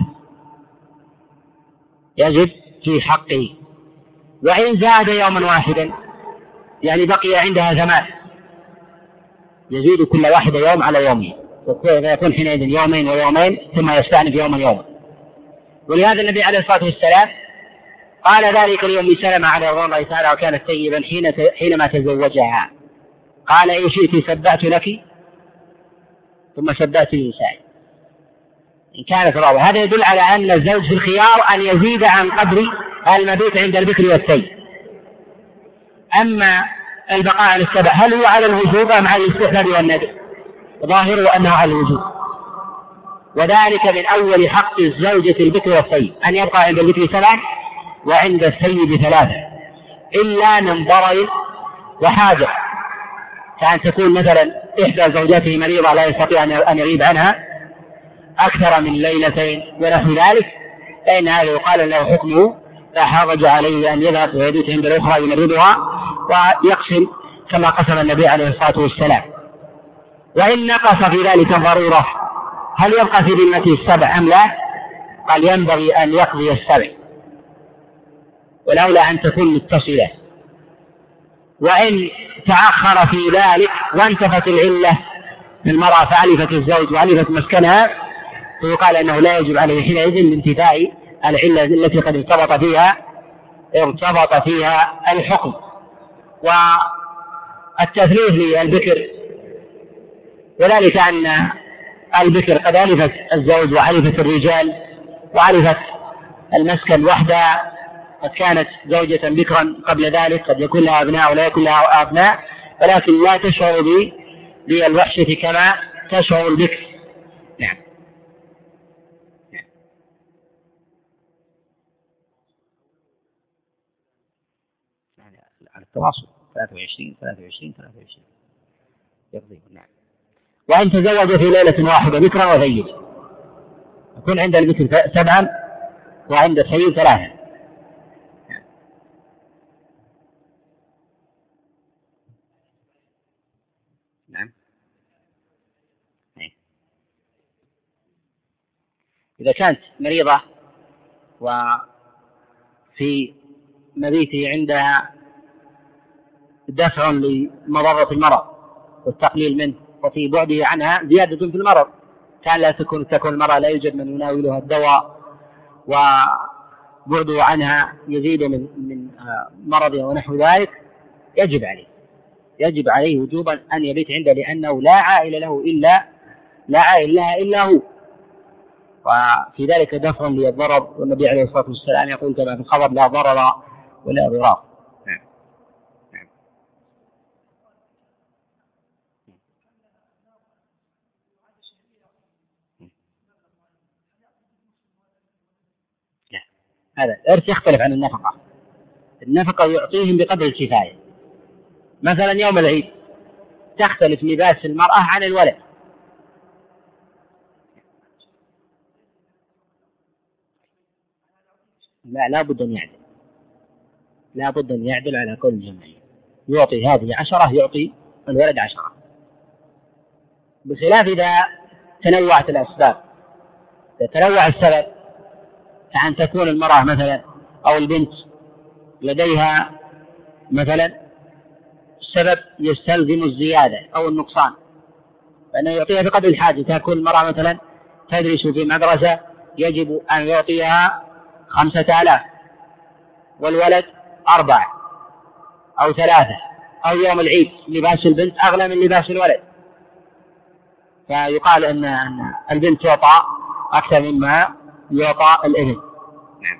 يجب في حقه. وإن زاد يوما واحدا يعني بقي عندها ثمان، يزيد كل واحدة يوم على يومه، ويكون حينئذ يومين ويومين ثم يستأنف يوما يوما. ولهذا النبي عليه الصلاة والسلام قال ذلك لأم سلمة عليه رضي الله تعالى وكانت طيبا حين حينما تزوجها، قال إن شئت سبعت لك ثم سبعت لنسائي إن كانت راضية. هذا يدل على أن الزوج في الخيار أن يزيد عن قدر المبيت عند البكر والثيب. أما البقاء على السبع هل هو على الوجوب أم على الاستحباب والندب؟ ظاهره أنه على الوجوب، وذلك من أول حق الزوجة البكر والثيب أن يبقى عند البكر سبعا وعند الثيب ثلاثة، إلا من ضرر وحاجة، كأن تكون مثلا إحدى زوجاته مريضة لا يستطيع أن يغيب عنها أكثر من ليلتين ونحو ذلك، فإن هذا يقال له حكمه لا حرج عليه أن يذهب ويبيت عند الأخرى يمرضها ويقسم كما قسم النبي عليه الصلاة والسلام. وإن نقص في ذلك ضرورة هل يبقى في ذمته السبع أم لا؟ قال ينبغي أن يقضي السبع، ولولا أن تكون متصلة. وإن تأخر في ذلك وانتفت العلة للمرأة فعلفت الزوج وعلفت مسكنها، فيقال أنه لا يجب عليه حينئذ لانتفاء العلة التي قد ارتبط فيها ارتبط فيها الحكم. والتثليث للبكر وذلك أن البكر قد علفت الزوج وعلفت الرجال وعلفت المسكن وحدها، قد كانت زوجة بكرا قبل ذلك، قد يكون لها أبناء ولا يكون لها أبناء، ولكن لا تشعر بالوحشة كما تشعر البكر. نعم. على التواصل ثلاثة وعشرين ثلاثة وعشرين ثلاثة وعشرين يقضي. نعم. وأن تزوج في ليلة واحدة بكرا وثيب، يكون عند البكر سبعا وعند الثيب ثلاثة. نعم. إذا كانت مريضة وفي مبيته عندها دفع لمضرة المرض والتقليل منه، وفي بعده عنها زيادة في المرض، كان لا تكون تكون المرأة لا يوجد من يناولها الدواء وبعده عنها يزيد من من مرضها ونحو ذلك، يجب عليه يجب عليه وجوبا أن يبيت عنده، لأنه لا عائل له إلا لا عائل لها إلا هو، وفي ذلك دفع للضرر. والنبي عليه الصلاة والسلام يقول كما في الخبر لا ضرر ولا ضرار. نعم. نعم. هذا الإرث يختلف عن النفقة. النفقة يعطيهم بقدر الكفاية. مثلا يوم العيد تختلف لباس المرأة عن الولد، لا لا بد أن يعدل لا بد أن يعدل على كل الجمعية، يعطي هذه عشرة يعطي الولد عشرة، بخلاف إذا تنوعت الأسباب. إذا تنوع السبب كأن تكون المرأة مثلا أو البنت لديها مثلا السبب يستلزم الزيادة أو النقصان، فإنه يعطيها بقدر الحاجة. تكون المرأة مثلا تدرس في مدرسة يجب أن يعطيها خمسة آلاف والولد أربعة أو ثلاثة، أو يوم العيد لباس البنت أغلى من لباس الولد، فيقال أن البنت تعطى أكثر مما يعطى الابن. نعم.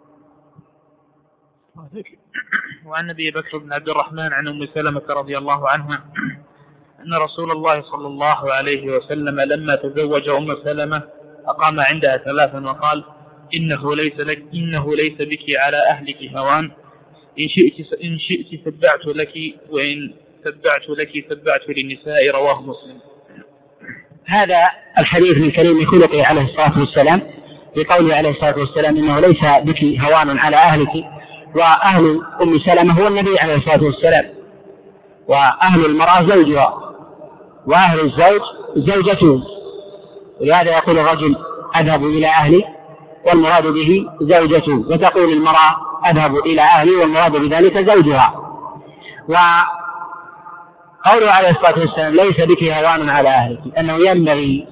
وعن أبي بكر بن عبد الرحمن عن أم سلمة رضي الله عنها أن رسول الله صلى الله عليه وسلم لما تزوج أم سلمة أقام عندها ثلاثا وقال إنه ليس لك إنه ليس بك على أهلك هوان، إن شئت إن شئت تبعت لك وإن تبعت لك تبعت للنساء. رواه مسلم. هذا الحديث من كريم خلقه عليه الصلاة والسلام في قوله عليه الصلاة والسلام إنه ليس بك هوان على أهلك، وأهل أم سلمة هو النبي عليه الصلاة والسلام، وأهل المرأة زوجها، وأهل الزوج زوجته. ولهذا يقول الرجل أذهب إلى أهلي والمراد به زوجته، وتقول المرأة أذهب إلى أهلي والمراد بذلك زوجها. وقوله عليه الصلاة والسلام ليس بك هوان على أهلك، أنه ينبغي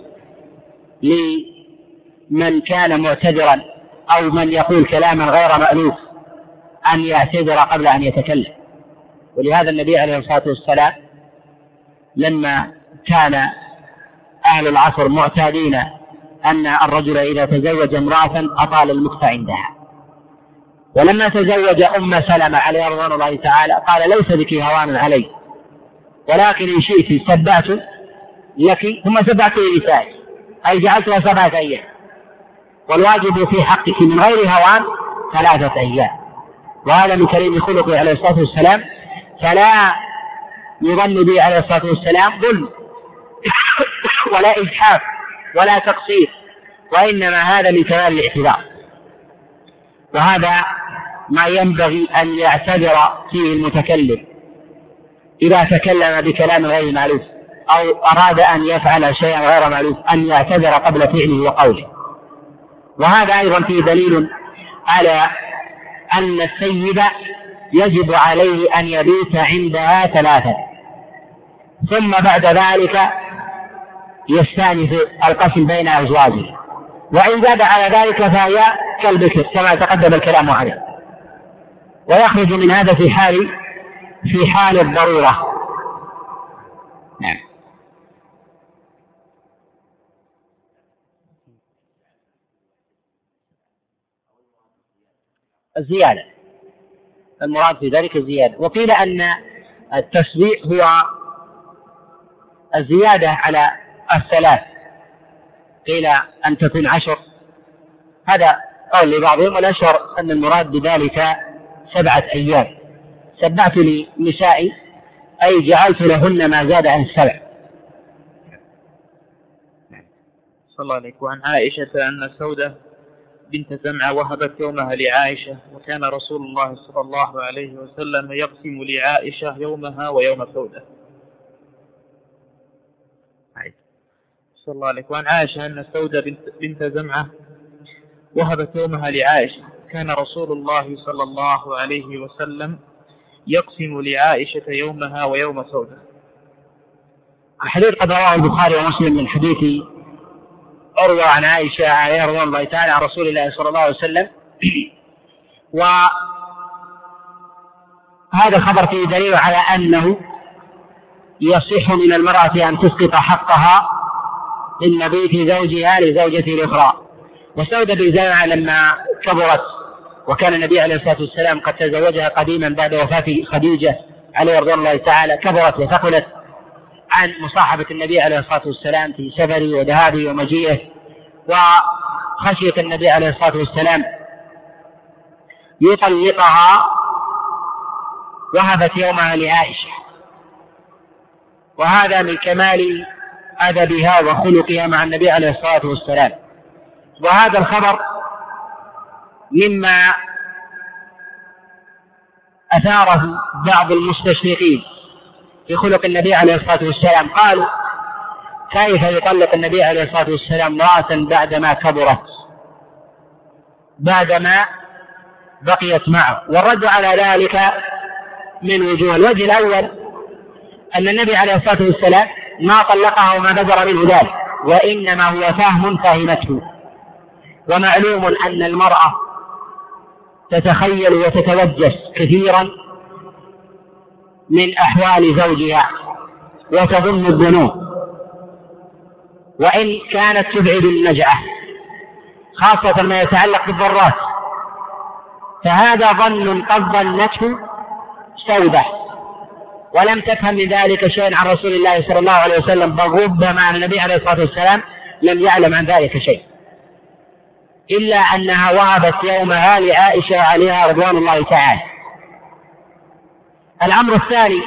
لمن كان معتذرا أو من يقول كلاما غير مألوف أن يعتذر قبل أن يتكلم. ولهذا النبي عليه الصلاة والسلام لما كان أهل العصر معتادين أن الرجل إذا تزوج امرأة أطال المكث عندها، ولما تزوج أم سلمة عليه رضوان الله تعالى قال ليس بك هوان علي، ولكن إن شئت سبعت لك ثم سبعت لنسائك، أي جعلتها سبعة أيام، والواجب في حقك من غير هوان ثلاثة أيام. وهذا من كريم خلقه عليه الصلاة والسلام، فلا يظن به عليه الصلاة والسلام ظلم ولا إجحاف ولا تقصير، وإنما هذا من كمال الاعتذار، وهذا ما ينبغي أن يعتذر فيه المتكلم إذا تكلم بكلام غير معلوف أو أراد أن يفعل شيئا غير معلوف، أن يعتذر قبل فعله وقوله. وهذا أيضا فيه دليل على أن السيد يجب عليه أن يبيت عندها ثلاثة، ثم بعد ذلك يستأنف القسم بين أزواجه، وإن زاد على ذلك فهي كالبكر كما تقدم الكلام عليه، ويخرج من هذا في حال في حال الضرورة. نعم. الزيادة، المراد في ذلك الزيادة. وقيل أن التسبيع هو الزيادة على الثلاث، قيل أن تكون عشر، هذا قول لبعضهم، والأشهر أن المراد بذلك سبعة أيام. سبعت لنسائي أي جعلت لهن ما زاد عن السبع. صلى الله عليك. وعن عائشة أن سودة بنت زمعة وهبت يومها لعائشة، وكان رسول الله صلى الله عليه وسلم يقسم لعائشة يومها ويوم سودة. صلى الله عليك. وعن عائشة أن سودة بنت, بنت زمعة وهبت يومها لعائشة، كان رسول الله صلى الله عليه وسلم يقسم لعائشة يومها ويوم سودة. الحديث قد رواه البخاري ومسلم من حديث أروى عن عائشة عليه رضوان الله تعالى عن رسول الله صلى الله عليه وسلم. وهذا الخبر فيه دليل على أنه يصح من المرأة أن تسقط حقها من مبيت زوجها لزوجته الأخرى. وسودة بن زمعة لما كبرت وكان النبي عليه الصلاة والسلام قد تزوجها قديما بعد وفاة خديجة عليه رضوان الله تعالى، كبرت وثقلت عن مصاحبة النبي عليه الصلاة والسلام في سفره وذهابه ومجيئه، وخشية النبي عليه الصلاة والسلام يطلقها، وهبت يومها لعائشة. وهذا من كمال أدبها وخلقها مع النبي عليه الصلاة والسلام. وهذا الخبر مما أثاره بعض المستشرقين في خلق النبي عليه الصلاة والسلام، قالوا كيف يطلق النبي عليه الصلاة والسلام امرأة بعدما كبرت، بعدما بقيت معه؟ والرد على ذلك من وجوه. الوجه الأول أن النبي عليه الصلاة والسلام ما طلقها وما بدر منه ذلك، وإنما هو فهم فهمته. ومعلوم أن المرأة تتخيل وتتوجس كثيرا من أحوال زوجها وتظن الظنون، وإن كانت تبعد النجعة، خاصة ما يتعلق بالضرات، فهذا ظن قد ظنته سودة ولم تفهم من ذلك شيئا عن رسول الله صلى الله عليه وسلم، بل ربما النبي عليه الصلاة والسلام لم يعلم عن ذلك شيء، إلا أنها وهبت يومها لعائشة عليها رضوان الله تعالى. الأمر الثاني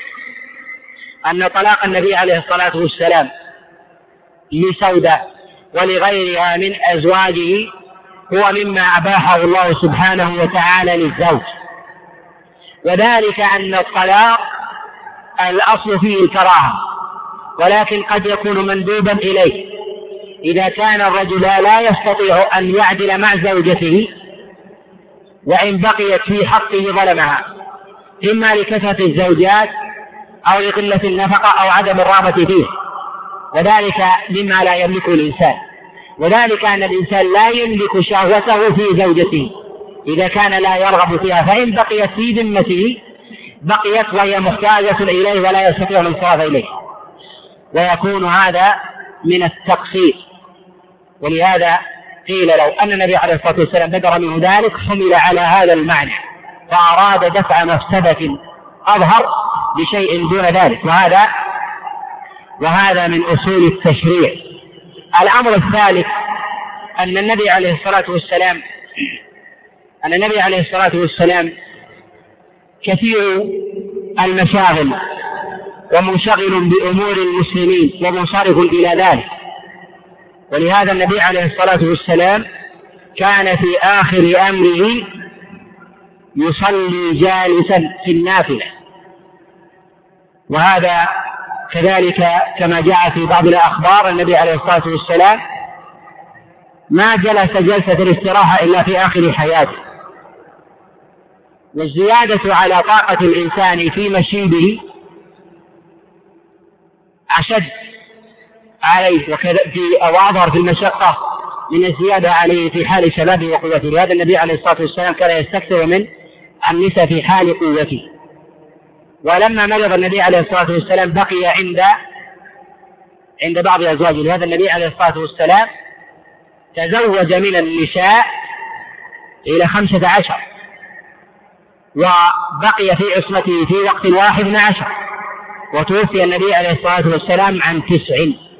أن طلاق النبي عليه الصلاة والسلام لسودة ولغيرها من أزواجه هو مما أباحه الله سبحانه وتعالى للزوج، وذلك أن الطلاق الأصل فيه الكراهة، ولكن قد يكون مندوبا إليه إذا كان الرجل لا يستطيع أن يعدل مع زوجته، وإن بقيت في حقه ظلمها، إما لكثرة الزوجات أو لقلة النفقة أو عدم الرغبة فيه، وذلك مما لا يملكه الإنسان. وذلك أن الإنسان لا يملك شهوته في زوجته إذا كان لا يرغب فيها، فإن بقيت في ذمته بقيت وهي محتاجة إليه ولا يستطيع الانصراف إليه، ويكون هذا من التقصير. ولهذا قيل لو أن النبي عليه الصلاة والسلام ذكر منه ذلك حمل على هذا المعنى، فأراد دفع مفسدة أظهر بشيء دون ذلك، وهذا وهذا من أصول التشريع. الأمر الثالث أن النبي عليه الصلاة والسلام أن النبي عليه الصلاة والسلام كثير المشاغل ومنشغل بأمور المسلمين ومنصرف إلى ذلك، ولهذا النبي عليه الصلاة والسلام كان في آخر أمره يصلي جالسا في النافلة، وهذا كذلك كما جاء في بعض الأخبار النبي عليه الصلاة والسلام ما جلس جلسة الاستراحة إلا في آخر حياته. والزيادة على طاقة الإنسان في مشيبه أشد عليه وكذا في أو أظهر في المشقة من الزيادة عليه في حال شبابه وقوته. لهذا النبي عليه الصلاة والسلام كان يستكثر من النساء في حال قوته. ولما مرض النبي عليه الصلاة والسلام بقي عند عند بعض أزواجه. لهذا النبي عليه الصلاة والسلام تزوج من النساء إلى خمسة عشر، وبقي في عصمته في وقت واحد من عشر، وتوفي النبي عليه الصلاة والسلام عن تسع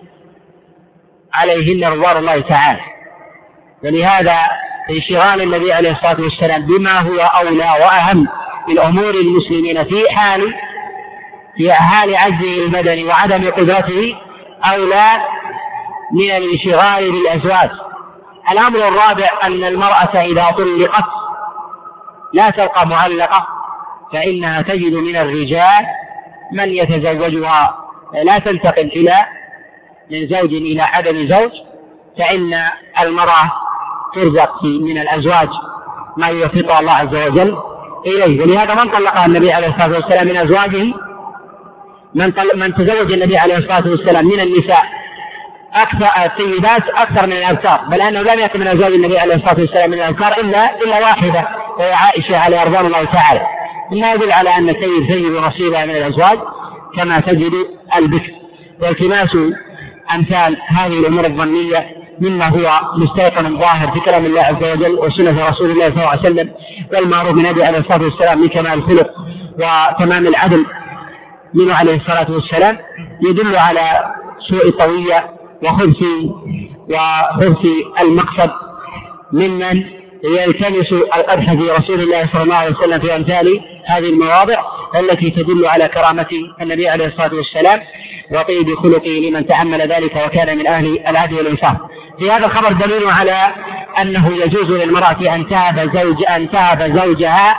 عليهن رضوان الله تعالى. ولهذا انشغال النبي عليه الصلاة والسلام بما هو أولى وأهم من أمور المسلمين في حال في حال عجزه المدني وعدم قدرته أولى من الانشغال بالأزواج. الأمر الرابع أن المرأة إذا طلقت لا تبقى معلقة، فإنها تجد من الرجال من يتزوجها، لا تنتقل إلى من زوج إلى عدم زوج، فإن المرأة ترزق من الأزواج ما يوفقها الله عز وجل إليه. ولهذا من طلقها النبي عليه الصلاة والسلام من أزواجه من, من تزوج النبي عليه الصلاة والسلام من النساء أكثر السيدات أكثر من الأبكار، بل أنه لم يكن من أزواج النبي عليه الصلاة والسلام من الأبكار إلا إلا واحدة وهي عائشة عليها رضوان الله تعالى، مما يدل على أن السيد سيد نصيبها من الأزواج كما تجد البكر. والتماس أمثال هذه الأمور الظنية مما هو مستيقن ظاهر في كلام الله عز وجل وسنة رسول الله صلى الله عليه وسلم والمعروف من النبي عليه الصلاة والسلام من كمال الخلق وتمام العدل منه عليه الصلاة والسلام، يدل على سوء الطوية وخبث وخبث المقصد ممن يلتمس القدح في رسول الله صلى الله عليه وسلم في أمثال هذه المواضع التي تدل على كرامة النبي عليه الصلاة والسلام وطيب خلقه لمن تأمل ذلك وكان من أهل العدل والإنصاف. في هذا الخبر دليل على أنه يجوز للمرأة أن تهب زوج أن تهب زوجها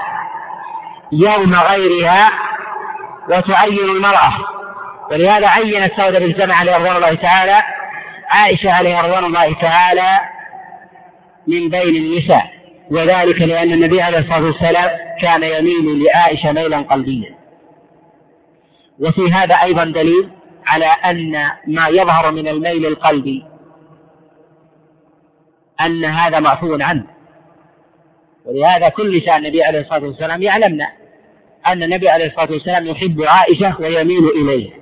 يوم غيرها وتعين المرأة. ولهذا عينت سودة بنت زمعة عليها رضوان الله تعالى عائشة عليها رضوان الله تعالى من بين النساء، وذلك لأن النبي عليه الصلاة والسلام كان يميل لعائشة ميلا قلبيا. وفي هذا أيضا دليل على أن ما يظهر من الميل القلبي أن هذا معفو عنه. ولهذا كل نساء النبي عليه الصلاة والسلام يعلمنا أن النبي عليه الصلاة والسلام يحب عائشة ويميل إليها،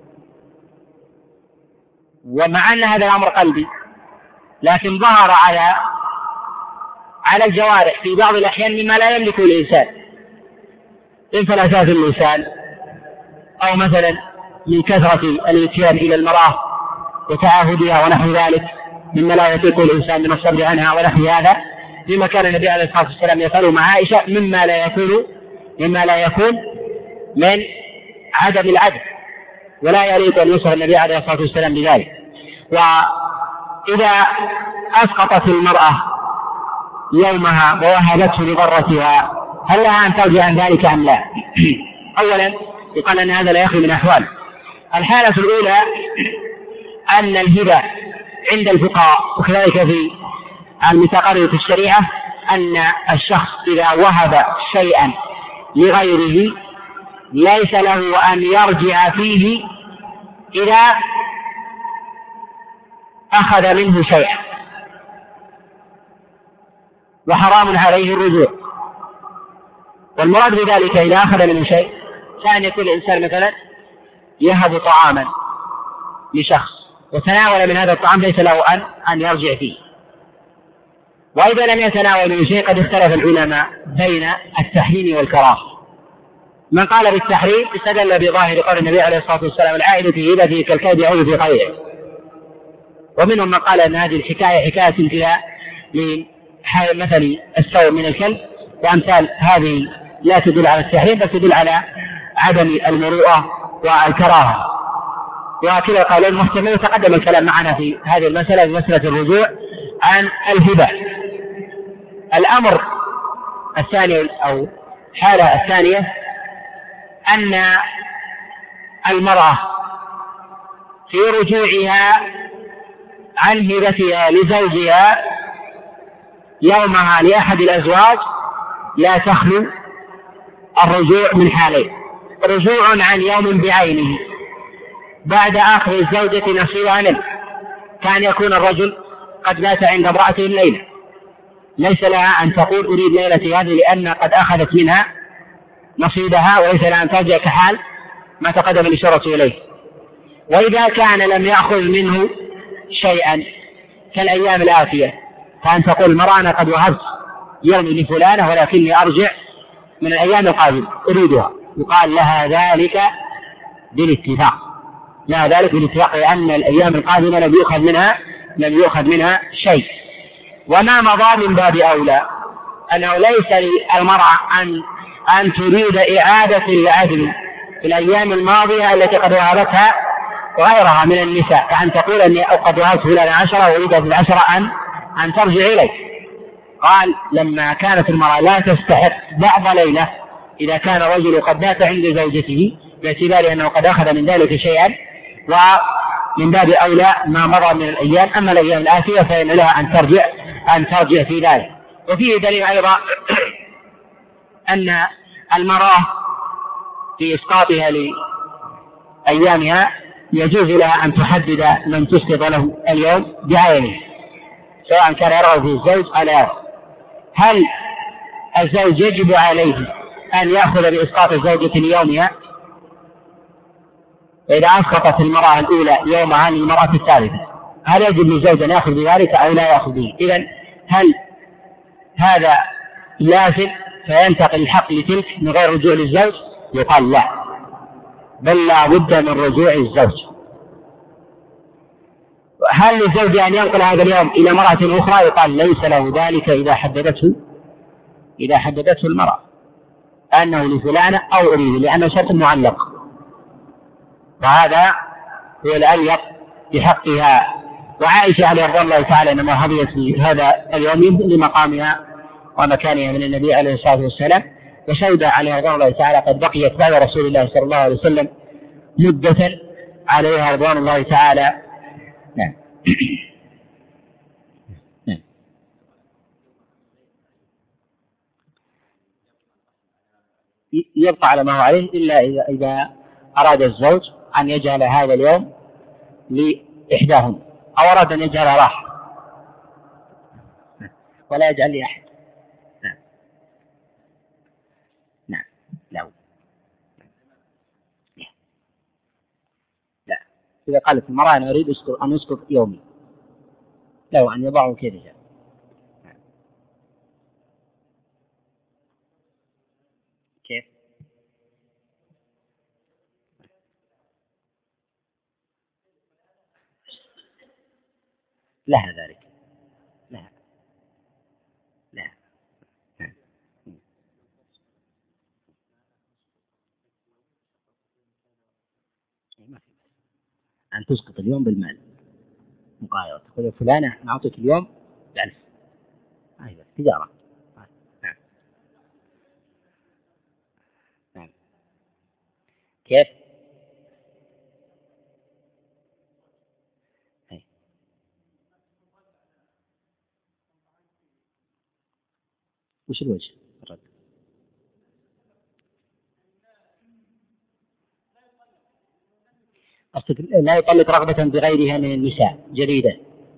ومع أن هذا الأمر قلبي لكن ظهر على على الجوارح في بعض الأحيان مما لا يملكه الإنسان، انفلاتات اللسان أو مثلا من كثرة الاتيان إلى المرأة وتعاهدها ونحو ذلك مما لا يطيق الإنسان من الصبر عنها ونحو هذا، بما كان النبي عليه الصلاة والسلام يفعله مع عائشة مما لا يكون مما لا يكون من عدم العدل، ولا يريد أن يوصف النبي عليه الصلاة والسلام بذلك. إذا أسقطت المرأة يومها ووهبته لضرتها هل لها أن ترجع عن ذلك أم لا؟ أولا يقال أن هذا لا يخلو من أحوال. الحالة الأولى أن الهبة عند الفقهاء وكذلك في المتقرر في الشريعة أن الشخص إذا وهب شيئا لغيره ليس له أن يرجع فيه إذا أخذ منه شيئا، وحرام عليه الرجوع. والمراد بذلك إذا أخذ منه شيء كان يكون الإنسان مثلا يهب طعاما لشخص وتناول من هذا الطعام ليس له أن أن يرجع فيه. وإذا لم يتناول من شيء قد اختلف العلماء بين التحريم والكراهة. من قال بالتحريم استدل بظاهر قول النبي عليه الصلاة والسلام العائد في هبته كالكلب يعود في قيعه، ومنهم من قال أن هذه الحكاية حكاية امتلاء لمثل السوء من الكلب، وأمثال هذه لا تدل على التحريم بل تدل على عدم المروءة والكراهة. وكذا قال المحتمل تقدم الكلام معنا في هذه المسألة بمسألة الرجوع عن الهبة. الأمر الثاني أو الحالة الثانية أن المرأة في رجوعها عن هبتها لزوجها يومها لأحد الأزواج لا تخلو الرجوع من حالين: رجوع عن يوم بعينه بعد أخذ الزوجة نصيبها منه، كان يكون الرجل قد مات عند امرأته الليلة ليس لها أن تقول أريد ليلتي هذه لأن قد أخذت منها نصيبها وليس لها أن ترجع كحال ما تقدم الإشارة إليه. وإذا كان لم يأخذ منه شيئا كالأيام الآتية فأن تقول المرأة أنا قد وهبت يومي لفلانة ولكني أرجع من الأيام القادمة أريدها، يقال لها ذلك بالاتفاق، لها ذلك بالاتفاق لأن الأيام القادمة لم يؤخذ منها لم يؤخذ منها شيء. وما مضى من باب أولى أنه ليس للمرأة أن أن تريد إعادة العدل في الأيام الماضية التي قد وهبتها غيرها من النساء، كأن تقول أني قد وهبت فلان عشرة وأريد في العشرة أن أن ترجع إليه. قال لما كانت المرأة لا تستحق بعض ليلة إذا كان رجل قد مات عند زوجته باعتبار أنه قد أخذ من ذلك شيئا، ومن باب أولى ما مضى من الأيام. أما الأيام الآتية فإن لها أن ترجع أن ترجع في ذلك. وفيه دليل أيضا أن المرأة في إسقاطها لأيامها يجوز لها أن تحدد من تسقط له اليوم بعينه سواء كان يرغب في الزوج أو لا يرغب. هل الزوج يجب عليه أن يأخذ بإسقاط الزوجة ليومها؟ إذا أسقطت المرأة الأولى يومها عن المرأة الثالثة هل يجب للزوج أن يأخذ بذلك أو لا يأخذ به؟ إذن هل هذا لازم فينتقل الحق لتلك من غير رجوع للزوج؟ يقال لا، بل لا بد من رجوع الزوج. هل للزوج أن ينقل هذا اليوم إلى امرأة أخرى؟ يقال ليس له ذلك إذا حددته إذا حددته المرأة أنه لفلانة أو أريد، لأنه شرط معلق، وهذا هو الأليق بحقها. وعائشة عليه رضي الله تعالى إنما هضيت في هذا اليوم لمقامها ومكانها من النبي عليه الصلاة والسلام، وشهد عليه رضي الله تعالى قد بقيت بعد رسول الله صلى الله عليه وسلم مدة عليها رضوان الله تعالى. نعم. يبقى على ما هو عليه إلا إذا, إذا أراد الزوج أن يجعل هذا اليوم لإحداهم أو أراد أن يجعل راحة ولا يجعل لأحد. نعم. نعم. لا. لا. إذا قالت المرأة أنا أريد أن أسقط يومي له أن يضعه كذا. كيف؟ لها ذلك. لها. لها. أن تسقط اليوم بالمال مقايضة، تقول فلانة نعطيك اليوم بألف، هذه تجارة. نعم. نعم. كيف؟ هي. وش الوجه الرد؟ لا يطلق رغبة بغيرها من النساء جديدة،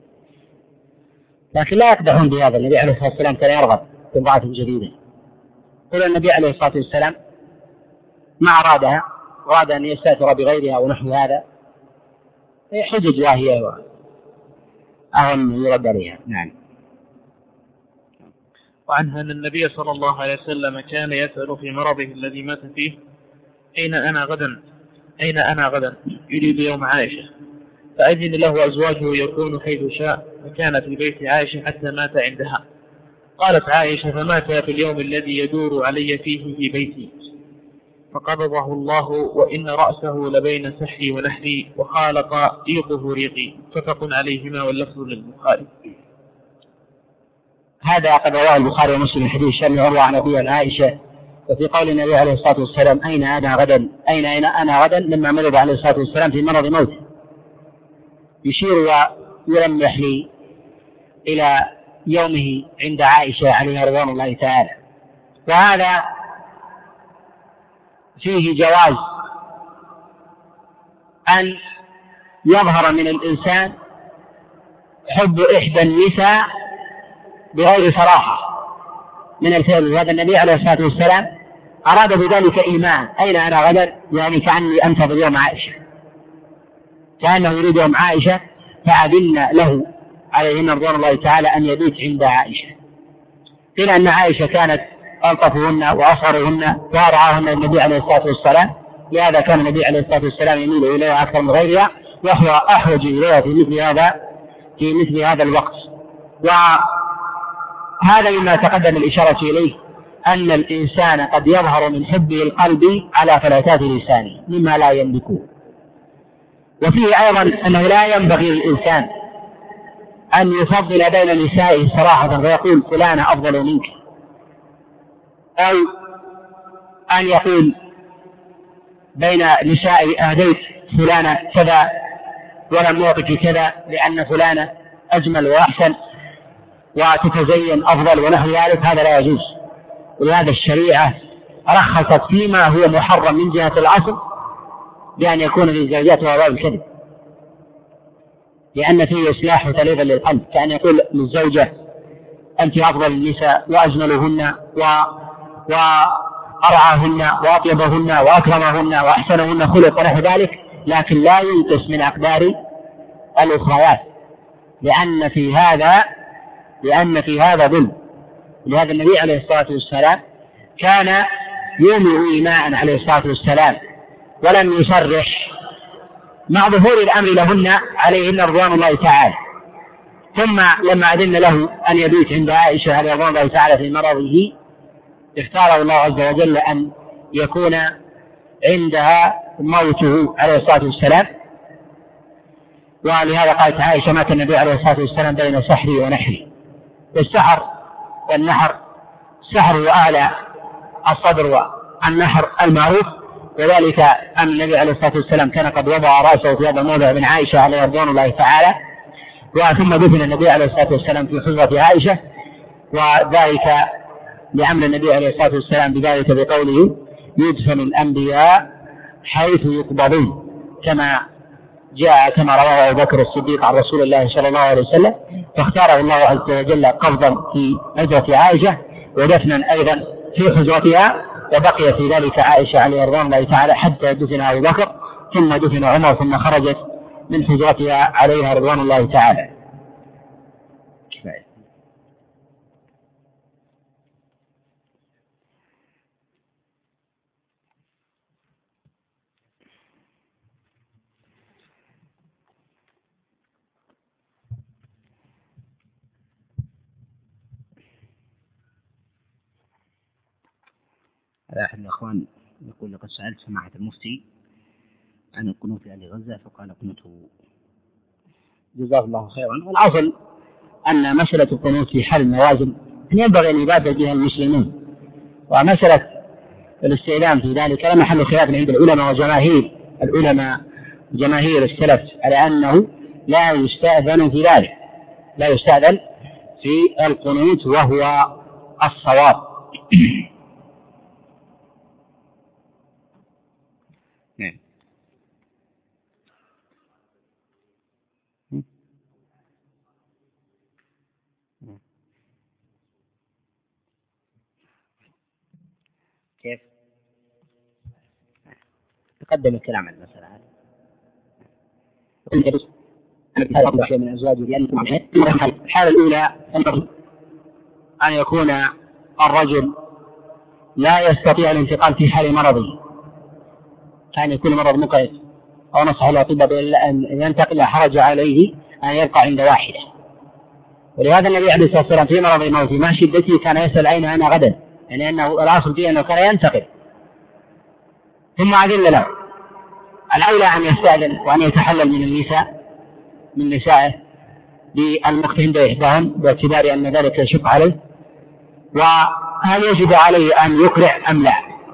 لكن لا يقدحون بهذا. النبي عليه الصلاة والسلام كان يرغب في امرأة جديدة. قل النبي عليه الصلاة والسلام ما أرادها، أراد أن يستأثر بغيرها ونحو هذا، حجج واهية أهم يرد عليها. نعم. وعنها أن النبي صلى الله عليه وسلم كان يسأل في مرضه الذي مات فيه: أين أنا غدا؟ أين أنا غدا؟ يريد يوم عائشة، فأذن له أزواجه يكون حيث شاء، فكان في بيت عائشة حتى مات عندها. قالت عائشة: فمات في اليوم الذي يدور علي فيه في بيتي، فقبضه الله وإن رأسه لبين سحري ونحري وخالط ريقه ريقي، متفق عليهما واللفظ للبخاري. هذا قد رواه البخاري ومسلم حديث شأن عروة عن أبي عائشة. وفي قول النبي عليه الصلاة والسلام: أين أنا غدا؟ أين أين أنا غدا؟ لما مرض عليه الصلاة والسلام في مرض موته، يشير ويلمح لي إلى يومه عند عائشة عليها رضوان الله تعالى. وهذا فيه جواز أن يظهر من الإنسان حب إحدى النساء بغير صراحة من الفعل. وهذا النبي عليه الصلاة والسلام أراد بذلك إيمان: أين أنا غدا؟ يعني كأني أنتظر يوم عائشة، كأنه يريد يوم عائشة، فأذن له عليهن رضوان الله تعالى أن يبيت عند عائشة. قيل أن عائشة كانت ألطفهن وأصغرهن وأرعاهن النبي عليه الصلاة والسلام، لهذا كان النبي عليه الصلاة والسلام يميل إليها أكثر من غيرها، وهو أحوج إليها في مثل هذا في مثل هذا الوقت. وهذا مما تقدم الإشارة إليه، أن الإنسان قد يظهر من حبه القلب على فلتات لسانه مما لا يملكه. وفيه أيضا أنه لا ينبغي للإنسان أن يفضل بين نسائه صراحة فيقول فلانة أفضل منك، أو أن يقول بين نسائي أهديت فلانة كذا ولم أعطك كذا لأن فلانة أجمل وأحسن وتتزين أفضل ونحو ذلك. هذا لا يجوز. ولهذا الشريعة رخصت فيما هو محرم من جهة الأصل بأن يكون للزوجات وراء الكذب، لأن فيه إصلاح وتليظ للقلب، كأن يقول للزوجة أنت أفضل النساء وأجملهن وأرعاهن وأطيبهن وأكرمهن وأحسنهن خلق ونحو ذلك، لكن لا ينقص من أقدار الأخريات، لأن في هذا لأن في هذا ظلم. لهذا النبي عليه الصلاة والسلام كان يومئ إيماء عليه الصلاة والسلام ولم يصرح مع ظهور الأمر لهن عليهن رضوان الله تعالى. ثم لما أذن له أن يبيت عند عائشة عليه رضوان الله تعالى في مرضه، اختاره الله عز وجل أن يكون عندها موته عليه الصلاة والسلام. ولهذا قالت عائشة: مات النبي عليه الصلاة والسلام بين سحري ونحري. والسحر والنحر، السحر هو أعلى الصدر والنحر المعروف، وذلك أن النبي عليه الصلاة والسلام كان قد وضع رأسه في هذا الموضع من عائشة عليه رضوان الله تعالى، وثم دفن النبي عليه الصلاة والسلام في حجرة عائشة، وذلك لأمر النبي عليه الصلاة والسلام بذلك بقوله: يدفن الأنبياء حيث يقبضون، كما جاء كما رواه أبو بكر الصديق عن رسول الله صلى الله عليه وسلم. فاختاره الله عز وجل قبضا في حجرة عائشة ودفنا أيضا في حجرتها، وبقي في ذلك عائشة عليه رضوان الله تعالى حتى دفن أبو بكر، ثم دفن عمر، ثم خرجت من حجرتها عليها رضوان الله تعالى. كفاية. أحد الأخوان يقول: لقد سألت سماحة المفتي عن القنوت لأهل غزة، فقال قنوته جزاه الله خيرا. والأصل أن مسألة القنوت في حال النوازل ينبغي أن يبادر بها المسلمون، ومسألة الاستئذان في ذلك لا محل خلاف عند العلماء وجماهير العلماء جماهير السلف على أنه لا يستأذن في ذلك، لا يستأذن في القنوت وهو الصواب. كيف تقدم الكلام عن المسألة هذه؟ شيء من أزواجه لأن الحالة الأولى أن يكون الرجل لا يستطيع الانتقال في حال مرضه، كان يكون مرض مقعد أو نصح الأطباء أن ينتقل حرج عليه أن يبقى عند واحدة، ولهذا النبي عليه الصلاة والسلام في مرض الموت مع شدته كان يسأل أين أنا غدا، يعني أنه الأصل فيه أنه كان ينتقل. ثم أذن له الأولى أن يستأذن وأن يتحلل من النساء من نسائه بالمقت عند إحداهن باعتبار أن ذلك يشق عليه، وهل يجب عليه أن يقرع أم لا؟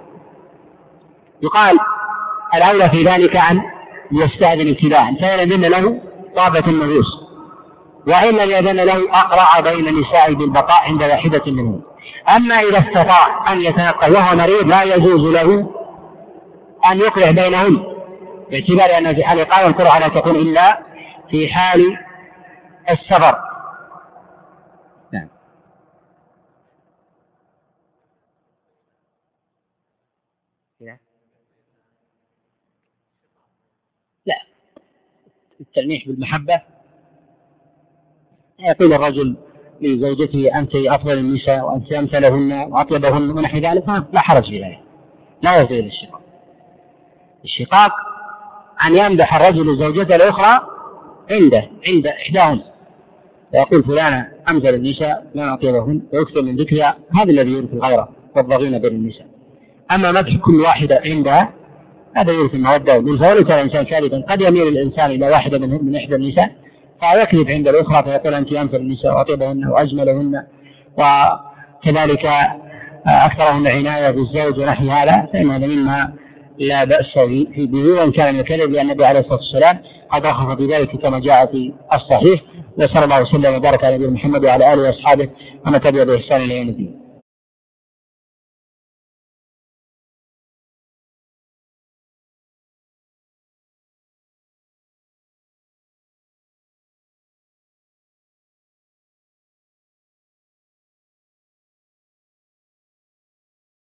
يقال الأولى في ذلك أن يستأذن ابتداء، فإن أذن له طابت النفوس، وإن لم يأذن له أقرع بين النساء بالبقاء عند واحدة منهم. أما إذا استطاع أن يتنقل وهو مريض لا يجوز له أن يقرع بينهم باعتبار أن في حال الإقامة القرعة لا تكون إلا في حال السفر. نعم. لا، التلميح بالمحبة يقول الرجل لزوجته أنت أفضل النساء وأنت أمثلهن وأطيبهن ونحو ذلك، لا حرج في ذلك، لا يزيد الشقاق. الشقاق أن يمدح الرجل زوجته الأخرى عنده عند إحداهن، ويقول فلانة أمثل النساء لا أطيبهن ويكثر من ذكرها، هذا الذي يورث الغيرة والضغين بين النساء. أما مدح كل واحدة عندها هذا يورث المودة والألفة. وليس الإنسان كاذبا، قد يميل الإنسان إلى واحدة من, من إحدى النساء فيكذب عند الأخرى فيقول أنت أمثل النساء وأطيبهن وأجملهن وكذلك أكثرهن عناية بالزوج ونحو هذا، فإن هذا مما لا بأس به وإن كان من الكذب، لأن النبي عليه الصلاة والسلام قد رخص بذلك كما جاء في الصحيح. وصلى الله وسلم وبارك على نبينا محمد وعلى آله وأصحابه ومن تبعهم بإحسان إلى يوم الدين.